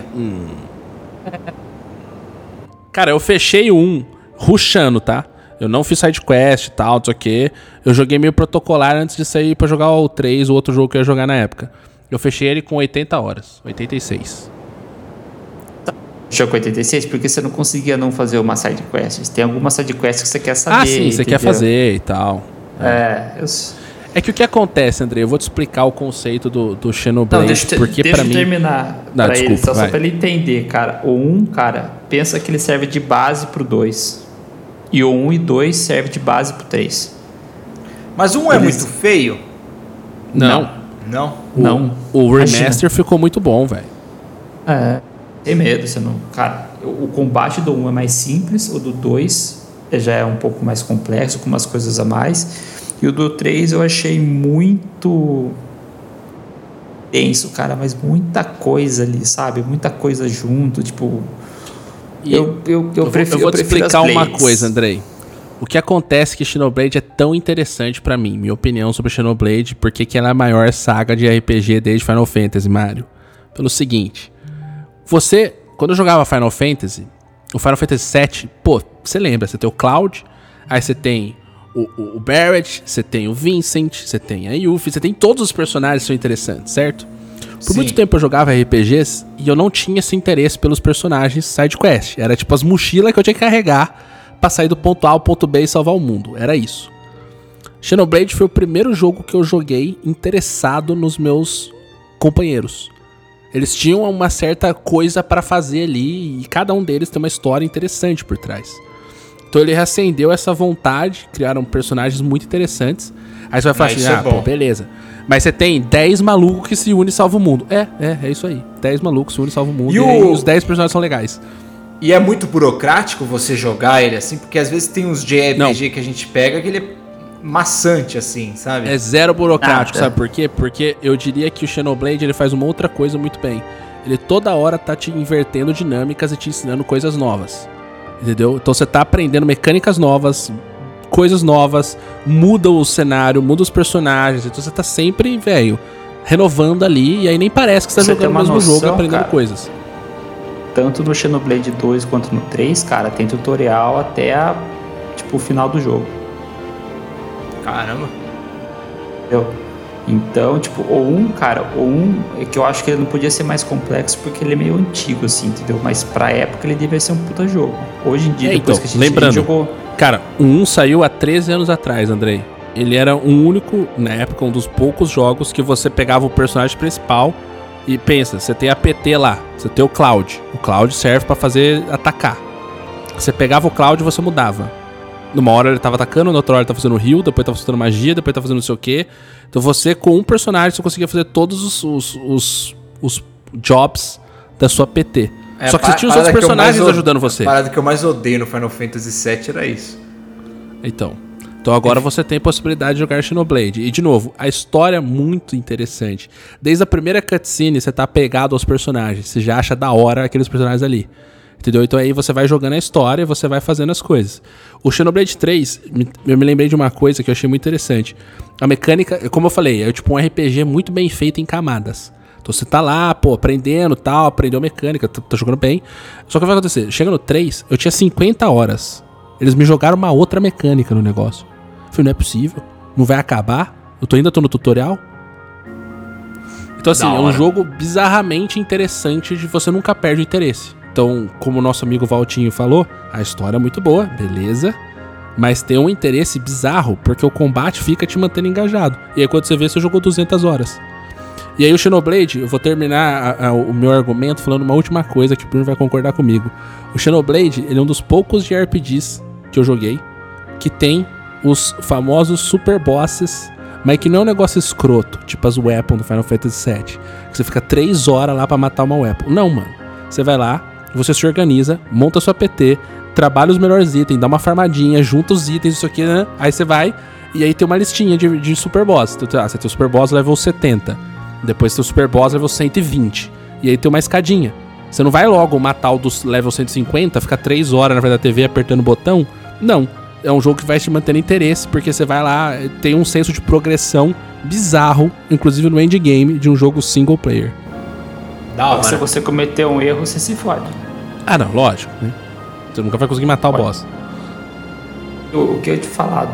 Cara, eu fechei o 1 rushando, tá? Eu não fiz sidequest e tal, não sei o quê. Eu joguei meio protocolar antes de sair pra jogar o 3, o outro jogo que eu ia jogar na época. Eu fechei ele com 80 horas, 86. Jogo 86, porque você não conseguia não fazer uma sidequest. Tem algumas sidequests que você quer saber. Ah, sim, você quer fazer e tal. É que o que acontece, André, eu vou te explicar o conceito do Xenoblade, porque pra mim... Deixa eu terminar só pra ele entender, cara. O 1, cara, pensa que ele serve de base pro 2. E o 1 e 2 serve de base pro 3. Mas o 1 é muito feio? Não. O remaster ficou muito bom, velho. Tem medo, você não... Cara, o combate do 1 é mais simples, o do 2 já é um pouco mais complexo, com umas coisas a mais. E o do 3 eu achei muito tenso, cara, mas muita coisa ali, sabe? Muita coisa junto, tipo... Eu vou te explicar uma coisa, Andrei. O que acontece é que Xenoblade é tão interessante pra mim, minha opinião sobre Xenoblade, porque que ela é a maior saga de RPG desde Final Fantasy, Mario. Pelo seguinte, quando eu jogava Final Fantasy, o Final Fantasy VII, você lembra, você tem o Cloud, aí você tem o Barrett, você tem o Vincent, você tem a Yuffie, você tem todos os personagens que são interessantes, certo? Por muito tempo eu jogava RPGs e eu não tinha esse interesse pelos personagens sidequest. Era tipo as mochilas que eu tinha que carregar pra sair do ponto A ao ponto B e salvar o mundo. Era isso. Xenoblade foi o primeiro jogo que eu joguei interessado nos meus companheiros. Eles tinham uma certa coisa pra fazer ali e cada um deles tem uma história interessante por trás. Então ele reacendeu essa vontade, criaram personagens muito interessantes. Aí você vai falar assim, beleza. Mas você tem 10 malucos que se unem e salvam o mundo. É isso aí. 10 malucos se unem e salvam o mundo. E aí os 10 personagens são legais. E é muito burocrático você jogar ele assim, porque às vezes tem uns JRPG que a gente pega que ele é maçante assim, sabe? É zero burocrático, sabe por quê? Porque eu diria que o Xenoblade ele faz uma outra coisa muito bem. Ele toda hora tá te invertendo dinâmicas e te ensinando coisas novas. Entendeu? Então você tá aprendendo mecânicas novas, coisas novas, muda o cenário, muda os personagens. Então você tá sempre, renovando ali. E aí nem parece que você tá jogando o mesmo jogo e aprendendo coisas. Tanto no Xenoblade 2 quanto no 3, cara, tem tutorial até o final do jogo. Caramba. Entendeu? Então, o 1, cara, é que eu acho que ele não podia ser mais complexo porque ele é meio antigo, assim, entendeu? Mas pra época ele devia ser um puta jogo. Hoje em dia, depois que a gente jogou... Cara, o 1 saiu há 13 anos atrás, Andrei. Ele era um único, na época, um dos poucos jogos que você pegava o personagem principal E pensa, você tem a PT lá, você tem o Cloud. O Cloud serve pra fazer atacar. Você pegava o Cloud e você mudava. Numa hora ele tava atacando, na outra hora ele tava fazendo heal, depois tava soltando magia, depois tava fazendo não sei o quê. Então você, com um personagem, você conseguia fazer todos os jobs da sua PT. Só que você tinha os outros personagens ajudando você. A parada que eu mais odeio no Final Fantasy VII era isso. Então agora você tem possibilidade de jogar Xenoblade. E de novo, a história é muito interessante. Desde a primeira cutscene você tá apegado aos personagens. Você já acha da hora aqueles personagens ali. Entendeu? Então aí você vai jogando a história e você vai fazendo as coisas. O Xenoblade 3, eu me lembrei de uma coisa que eu achei muito interessante. A mecânica, como eu falei, é tipo um RPG muito bem feito em camadas. Então você tá lá, aprendendo tal, aprendeu mecânica, tá jogando bem. Só que o que vai acontecer? Chega no 3, eu tinha 50 horas. Eles me jogaram uma outra mecânica no negócio. Eu falei, não é possível, não vai acabar? Eu ainda tô no tutorial? Então assim, é um jogo bizarramente interessante de você nunca perde o interesse. Então, como o nosso amigo Valtinho falou, a história é muito boa, beleza. Mas tem um interesse bizarro, porque o combate fica te mantendo engajado. E aí quando você vê, você jogou 200 horas. E aí o Xenoblade, eu vou terminar o meu argumento falando uma última coisa que o Bruno vai concordar comigo. O Xenoblade, ele é um dos poucos JRPGs que eu joguei que tem os famosos super bosses, mas que não é um negócio escroto, tipo as weapons do Final Fantasy VII, que você fica 3 horas lá pra matar uma weapon. Não, mano. Você vai lá, você se organiza, monta sua PT, trabalha os melhores itens, dá uma farmadinha, junta os itens, isso aqui, né? Aí você vai, e aí tem uma listinha de super boss. Então, você tem o super boss level 70, depois tem o super boss level 120, e aí tem uma escadinha. Você não vai logo matar o dos level 150, ficar 3 horas na frente da TV apertando o botão. Não. É um jogo que vai te manter no interesse, porque você vai lá, tem um senso de progressão bizarro, inclusive no endgame de um jogo single player. Se você cometer um erro, você se fode. Ah, não, lógico, né? Você nunca vai conseguir matar o boss. O que eu ia te falar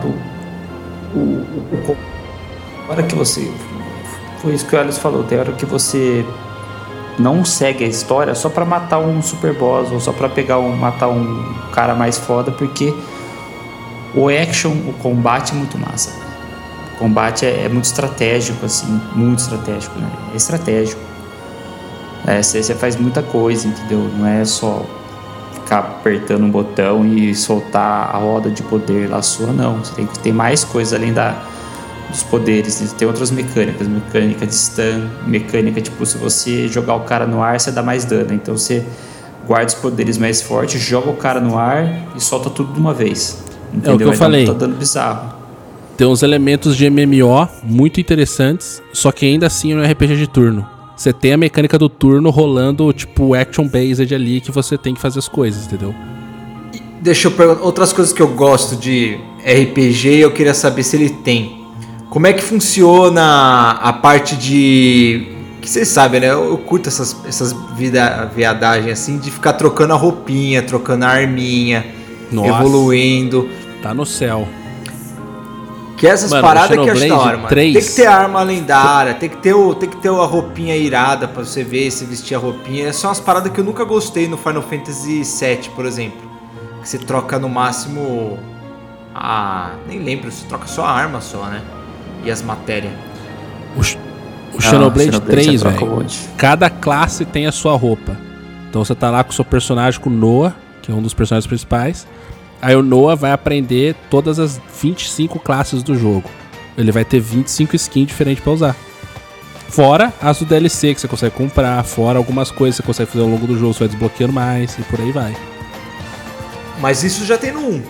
a hora que você... Foi isso que o Alice falou. Tem hora que você não segue a história só pra matar um super boss ou só pra matar um cara mais foda, porque o action, o combate é muito massa. O combate é muito estratégico, assim. Muito estratégico, né? É estratégico. Você faz muita coisa, entendeu? Não é só ficar apertando um botão e soltar a roda de poder lá sua, não. Você tem que ter mais coisas além dos poderes. Tem outras mecânicas. Mecânica de stun, mecânica tipo, se você jogar o cara no ar, você dá mais dano. Então você guarda os poderes mais fortes, joga o cara no ar e solta tudo de uma vez. Entendeu? É o que eu falei. Tá dando bizarro. Tem uns elementos de MMO muito interessantes, só que ainda assim é um RPG de turno. Você tem a mecânica do turno rolando, tipo, action-based ali, que você tem que fazer as coisas, entendeu? Deixa eu perguntar, outras coisas que eu gosto de RPG, eu queria saber se ele tem. Como é que funciona a parte de... Que vocês sabem, né? Eu curto essas viadagens assim, de ficar trocando a roupinha, trocando a arminha, evoluindo. Tá no céu. Que essas paradas que eu acho da hora, mano. 3. Tem que ter a arma lendária, tem que ter a roupinha irada pra você ver, se vestir a roupinha. São umas paradas que eu nunca gostei no Final Fantasy VII, por exemplo. Que você troca no máximo nem lembro, você troca só a arma só, né? E as matérias. O Xenoblade 3, velho, cada classe tem a sua roupa. Então você tá lá com o seu personagem, com o Noah, que é um dos personagens principais. Aí o Noah vai aprender todas as 25 classes do jogo. Ele vai ter 25 skins diferentes pra usar. Fora as do DLC que você consegue comprar. Fora algumas coisas que você consegue fazer ao longo do jogo. Você vai desbloqueando mais e por aí vai. Mas isso já tem no 1.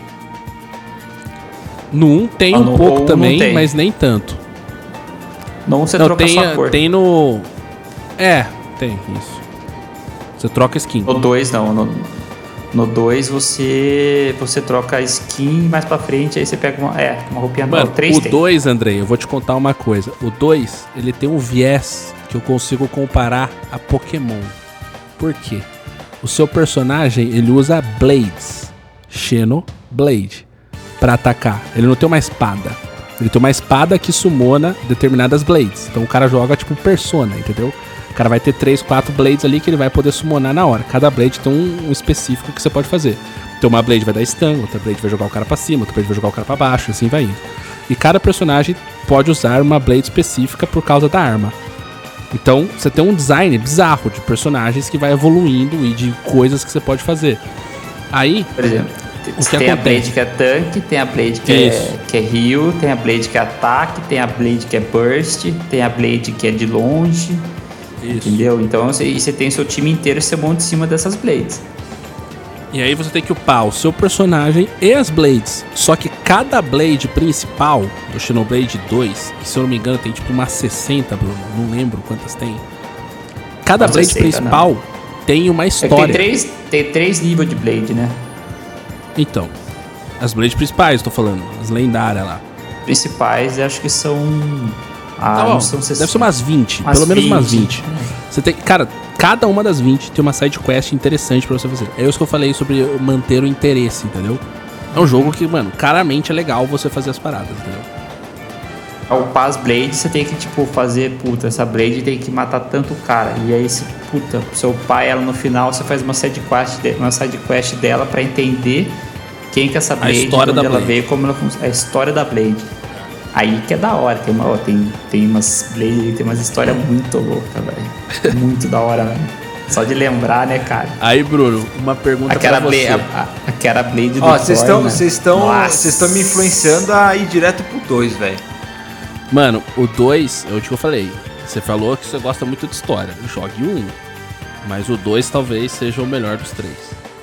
No 1 tem um pouco também, mas nem tanto. No 1 você troca só a cor. Tem no... tem isso. Você troca skin. No 2 não, no 2 você troca a skin, mais pra frente aí você pega uma roupinha nova. 3 o 2, Andrei, eu vou te contar uma coisa. O 2, ele tem um viés que eu consigo comparar a Pokémon. Por quê? O seu personagem, ele usa Blades, Xenoblade, pra atacar. Ele não tem uma espada. Ele tem uma espada que sumona determinadas Blades. Então o cara joga tipo Persona, entendeu? O cara vai ter 3, 4 Blades ali que ele vai poder summonar na hora. Cada Blade tem um específico que você pode fazer. Então uma Blade vai dar stun, outra Blade vai jogar o cara pra cima, outra Blade vai jogar o cara pra baixo, assim vai indo. E cada personagem pode usar uma Blade específica por causa da arma. Então, você tem um design bizarro de personagens que vai evoluindo e de coisas que você pode fazer. Aí, por exemplo, você tem a Blade que é tanque, tem a Blade que é heal, tem a Blade que é ataque, tem a Blade que é burst, tem a Blade que é de longe. Isso. Entendeu? Então você tem seu time inteiro e você monta em cima dessas Blades. E aí você tem que upar o seu personagem e as Blades. Só que cada Blade principal do Xenoblade 2, que se eu não me engano tem tipo umas 60, Bruno, não lembro quantas tem. Cada Blade 60, principal não. Tem uma história. Tem três níveis de Blade, né? Então, as Blades principais, tô falando, as lendárias lá. Principais, eu acho que são... não são 60. Deve ser umas 20, pelo menos umas 20. Você tem, cara, cada uma das 20 tem uma side quest interessante pra você fazer. É isso que eu falei sobre manter o interesse, entendeu? É um jogo que, mano, claramente é legal você fazer as paradas, entendeu? Ao upar as Blades, você tem que, tipo, fazer, essa Blade tem que matar tanto cara. E aí, seu pai, ela no final, você faz uma side quest dela pra entender quem que é essa Blade, de onde ela veio, como ela funciona. A história da Blade. Aí que é da hora, tem umas Blade, tem umas histórias muito loucas, velho. Muito da hora, velho. Só de lembrar, né, cara? Aí, Bruno, uma pergunta pra você. Aquela Blade do Vocês estão me influenciando a ir direto pro 2, velho. Mano, o 2, eu falei, você falou que você gosta muito de história. Jogue o 1, mas o 2 talvez seja o melhor dos 3.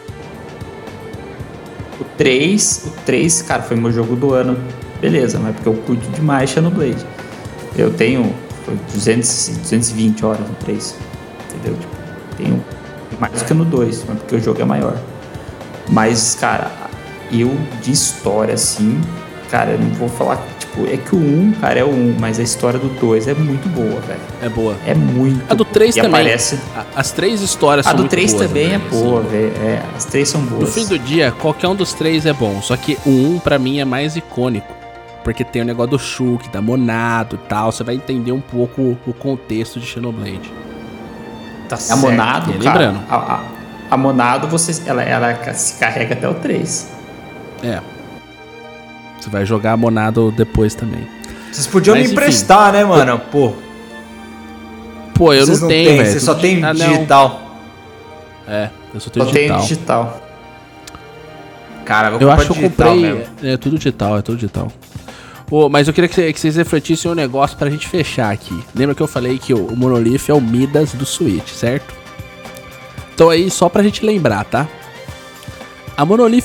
O 3, cara, foi meu jogo do ano. Beleza, mas porque eu curto demais Xenoblade. Eu tenho 220 horas no 3. Entendeu? Tipo, tenho mais do que no 2, mas porque o jogo é maior. Mas, cara, eu de história, assim, cara, eu não vou falar. Tipo, é que o 1, cara, é o 1, mas a história do 2 é muito boa, velho. É boa. É muito. A do 3 também. Aparece... As 3 histórias são muito boas. A do 3 também é boa, velho. As 3 são boas. No fim do dia, qualquer um dos 3 é bom. Só que o 1, pra mim, é mais icônico. Porque tem o negócio do Shulk, da Monado e tal. Você vai entender um pouco o contexto de Xenoblade. Tá certo. A Monado, cara, lembrando. A Monado, ela se carrega até o 3. É. Você vai jogar a Monado depois também. Vocês podiam me emprestar, né, mano? Pô, eu não tenho, velho. Você só tem digital. É, eu só tenho digital. Tenho digital. Cara, eu acho que eu comprei. Mesmo. É tudo digital. Mas eu queria que vocês refletissem um negócio pra gente fechar aqui. Lembra que eu falei que o Monolith é o Midas do Switch, certo? Então aí, só pra gente lembrar, tá? A Monolith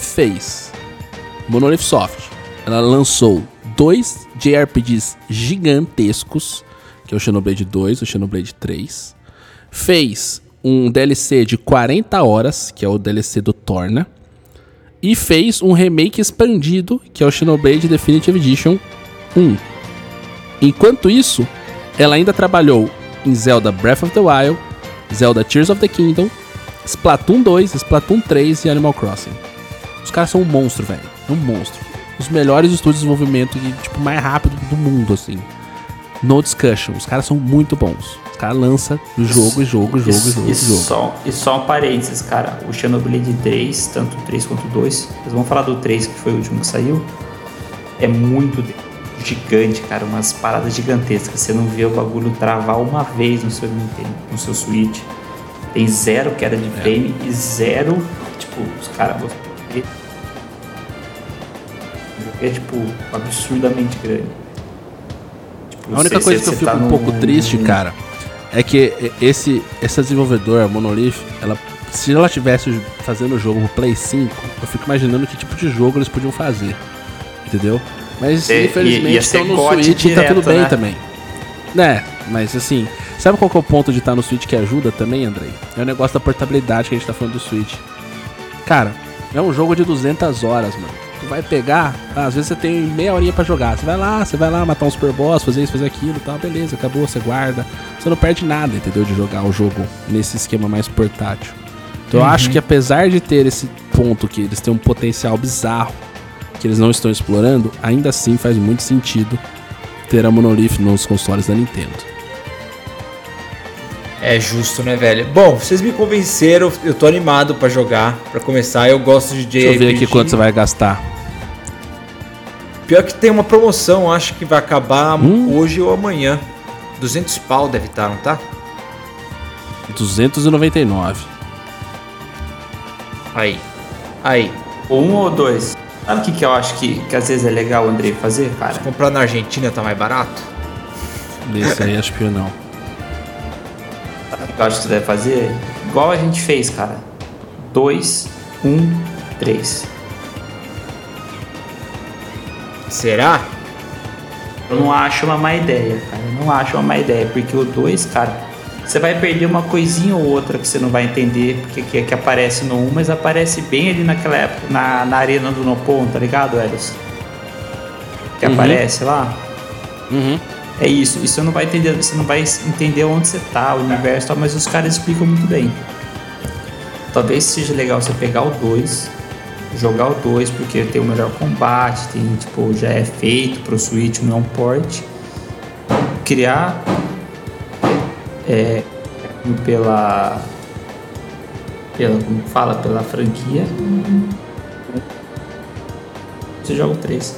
Soft, ela lançou 2 JRPGs gigantescos, que é o Xenoblade 2 e o Xenoblade 3. Fez um DLC de 40 horas, que é o DLC do Torna. E fez um remake expandido, que é o Xenoblade Definitive Edition 1. Enquanto isso, ela ainda trabalhou em Zelda Breath of the Wild, Zelda Tears of the Kingdom, Splatoon 2, Splatoon 3 e Animal Crossing. Os caras são um monstro, velho. É um monstro. Os melhores estúdios de desenvolvimento mais rápido do mundo, assim. No discussion. Os caras são muito bons. Os caras lançam jogo. E só um parênteses, cara. O Xenoblade 3, tanto o 3 quanto o 2, nós vamos falar do 3, que foi o último que saiu. É muito gigante, cara. Umas paradas gigantescas. Você não vê o bagulho travar uma vez no seu Nintendo, no seu Switch. Tem 0 queda de frame e 0. Tipo, os caras. É tipo absurdamente grande. Tipo, a única coisa que eu fico um pouco triste, cara, é que essa desenvolvedora, a Monolith, se ela tivesse fazendo o jogo no Play 5, eu fico imaginando que tipo de jogo eles podiam fazer, entendeu? Mas infelizmente estão no Switch direto, e tá tudo bem, né? Também. Né, mas assim, sabe qual que é o ponto de estar no Switch que ajuda também, Andrei? É o negócio da portabilidade que a gente tá falando do Switch. Cara, é um jogo de 200 horas, mano. Tu vai pegar, às vezes você tem meia horinha pra jogar. Você vai lá matar um super boss, fazer isso, fazer aquilo e tal, beleza, acabou, você guarda. Você não perde nada, entendeu? De jogar o jogo nesse esquema mais portátil. Então eu acho que apesar de ter esse ponto que eles têm um potencial bizarro que eles não estão explorando, ainda assim faz muito sentido ter a Monolith nos consoles da Nintendo. É justo, né, velho? Bom, vocês me convenceram, eu tô animado pra jogar, pra começar, eu gosto de JRPG. Deixa eu ver aqui quanto você vai gastar. Pior que tem uma promoção, acho que vai acabar hoje ou amanhã. 200 pau deve estar, não tá? R$299. Aí. Um ou dois. Sabe o que eu acho que às vezes é legal o Andrei fazer, cara? Comprar na Argentina tá mais barato? Desse aí acho que não. Sabe o que eu acho que você deve fazer? Igual a gente fez, cara. 2, 1, 3. Será? Eu não acho uma má ideia, cara. Eu não acho uma má ideia. Porque o 2, cara, você vai perder uma coisinha ou outra que você não vai entender. Porque que aparece no 1, mas aparece bem ali naquela época, na arena do Nopon, tá ligado, Eros? Que aparece lá. É isso. E você não vai entender, onde você tá, o universo e tal, mas os caras explicam muito bem. Talvez seja legal você pegar o 2, jogar o 2, porque tem o melhor combate, tem, tipo, já é feito pro Switch, não é um port. Criar pela como fala, pela franquia. Você joga o 3.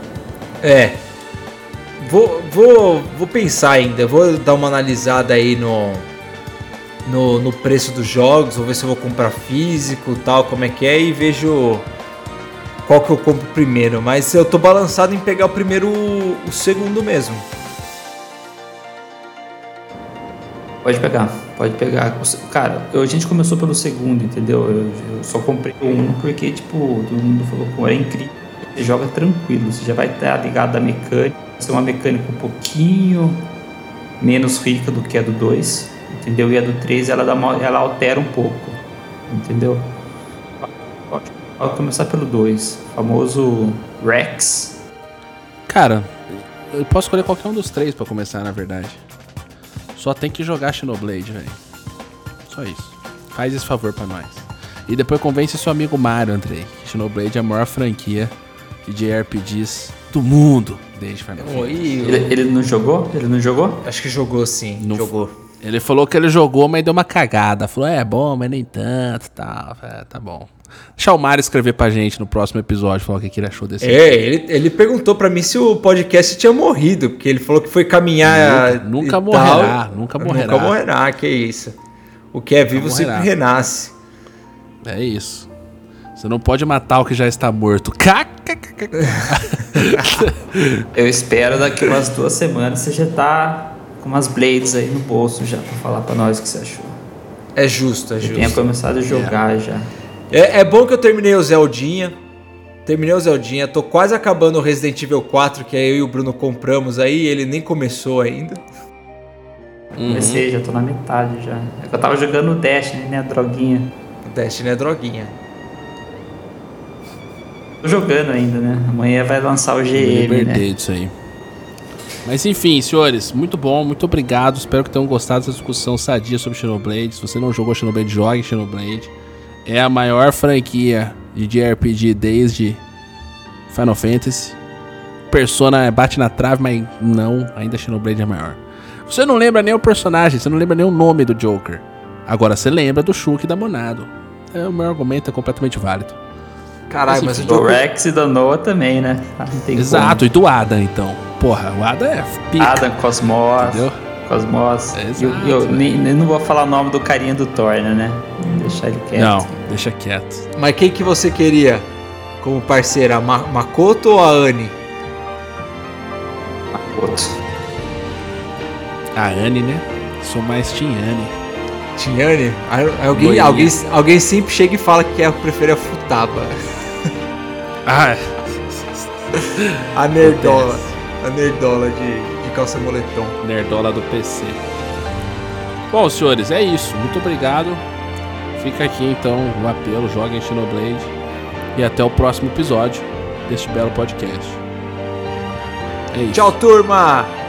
Vou pensar ainda, vou dar uma analisada aí no preço dos jogos, vou ver se eu vou comprar físico, tal, como é que é, e vejo qual que eu compro primeiro, mas eu tô balançado em pegar o segundo mesmo. Pode pegar. Cara, a gente começou pelo segundo, entendeu? Eu só comprei o 1 porque, tipo, todo mundo falou que é incrível. Você joga tranquilo, você já vai estar ligado à mecânica. Vai ser uma mecânica um pouquinho menos rica do que a do 2, entendeu? E a do 3 ela altera um pouco, entendeu? Pode começar pelo 2, famoso Rex. Cara, eu posso escolher qualquer um dos 3 pra começar, na verdade. Só tem que jogar Xenoblade, velho. Só isso. Faz esse favor pra nós. E depois convence seu amigo Mario, Andrei. Xenoblade é a maior franquia de JRPGs do mundo desde Final Fantasy. Ele não jogou? Acho que jogou sim, jogou. Ele falou que ele jogou, mas deu uma cagada. Falou, é bom, mas nem tanto e tal. Tá bom. Deixa o Mario escrever pra gente no próximo episódio, falar o que ele achou desse ele perguntou pra mim se o podcast tinha morrido, porque ele falou que foi caminhar. Nunca morrerá, nunca morrerá, que isso. O que é vivo sempre renasce. É isso. Você não pode matar o que já está morto. Eu espero daqui umas 2 semanas você já tá com umas blades aí no bolso já pra falar pra nós o que você achou. É justo. Eu tenha começado a jogar já. É bom que eu terminei o Zeldinha. Tô quase acabando o Resident Evil 4, que eu e o Bruno compramos aí, ele nem começou ainda. Comecei, já tô na metade já. Eu tava jogando o Destiny, né, a droguinha. O Destiny é droguinha. Tô jogando ainda, né? Amanhã vai lançar o GM, né? Disso aí. Mas enfim, senhores, muito bom, muito obrigado. Espero que tenham gostado dessa discussão sadia sobre Xenoblade. Se você não jogou Xenoblade, jogue Xenoblade. É a maior franquia de JRPG desde Final Fantasy. Persona bate na trave, mas não, ainda Xenoblade é maior. Você não lembra nem o personagem, você não lembra nem o nome do Joker. Agora você lembra do Shulk e da Monado. O meu argumento é completamente válido. Caralho, mas o Rex e da Noah também, né? Exato, como. E do Adam, então. Porra, o Adam é pica. Adam, Cosmos. Entendeu? Cosmos. Eu nem não vou falar o nome do carinha do Thor, né? Deixar ele quieto. Não, deixa quieto. Mas quem que você queria como parceira? A Makoto ou a Annie? Makoto. A Annie, né? Sou mais Team Annie. Team Annie? Alguém sempre chega e fala que prefere a Futaba. A nerdola. A nerdola de calça moletom. Nerdola do PC. Bom, senhores, é isso. Muito obrigado. Fica aqui então o apelo. Joguem Xenoblade. E até o próximo episódio deste belo podcast. É isso. Tchau, turma!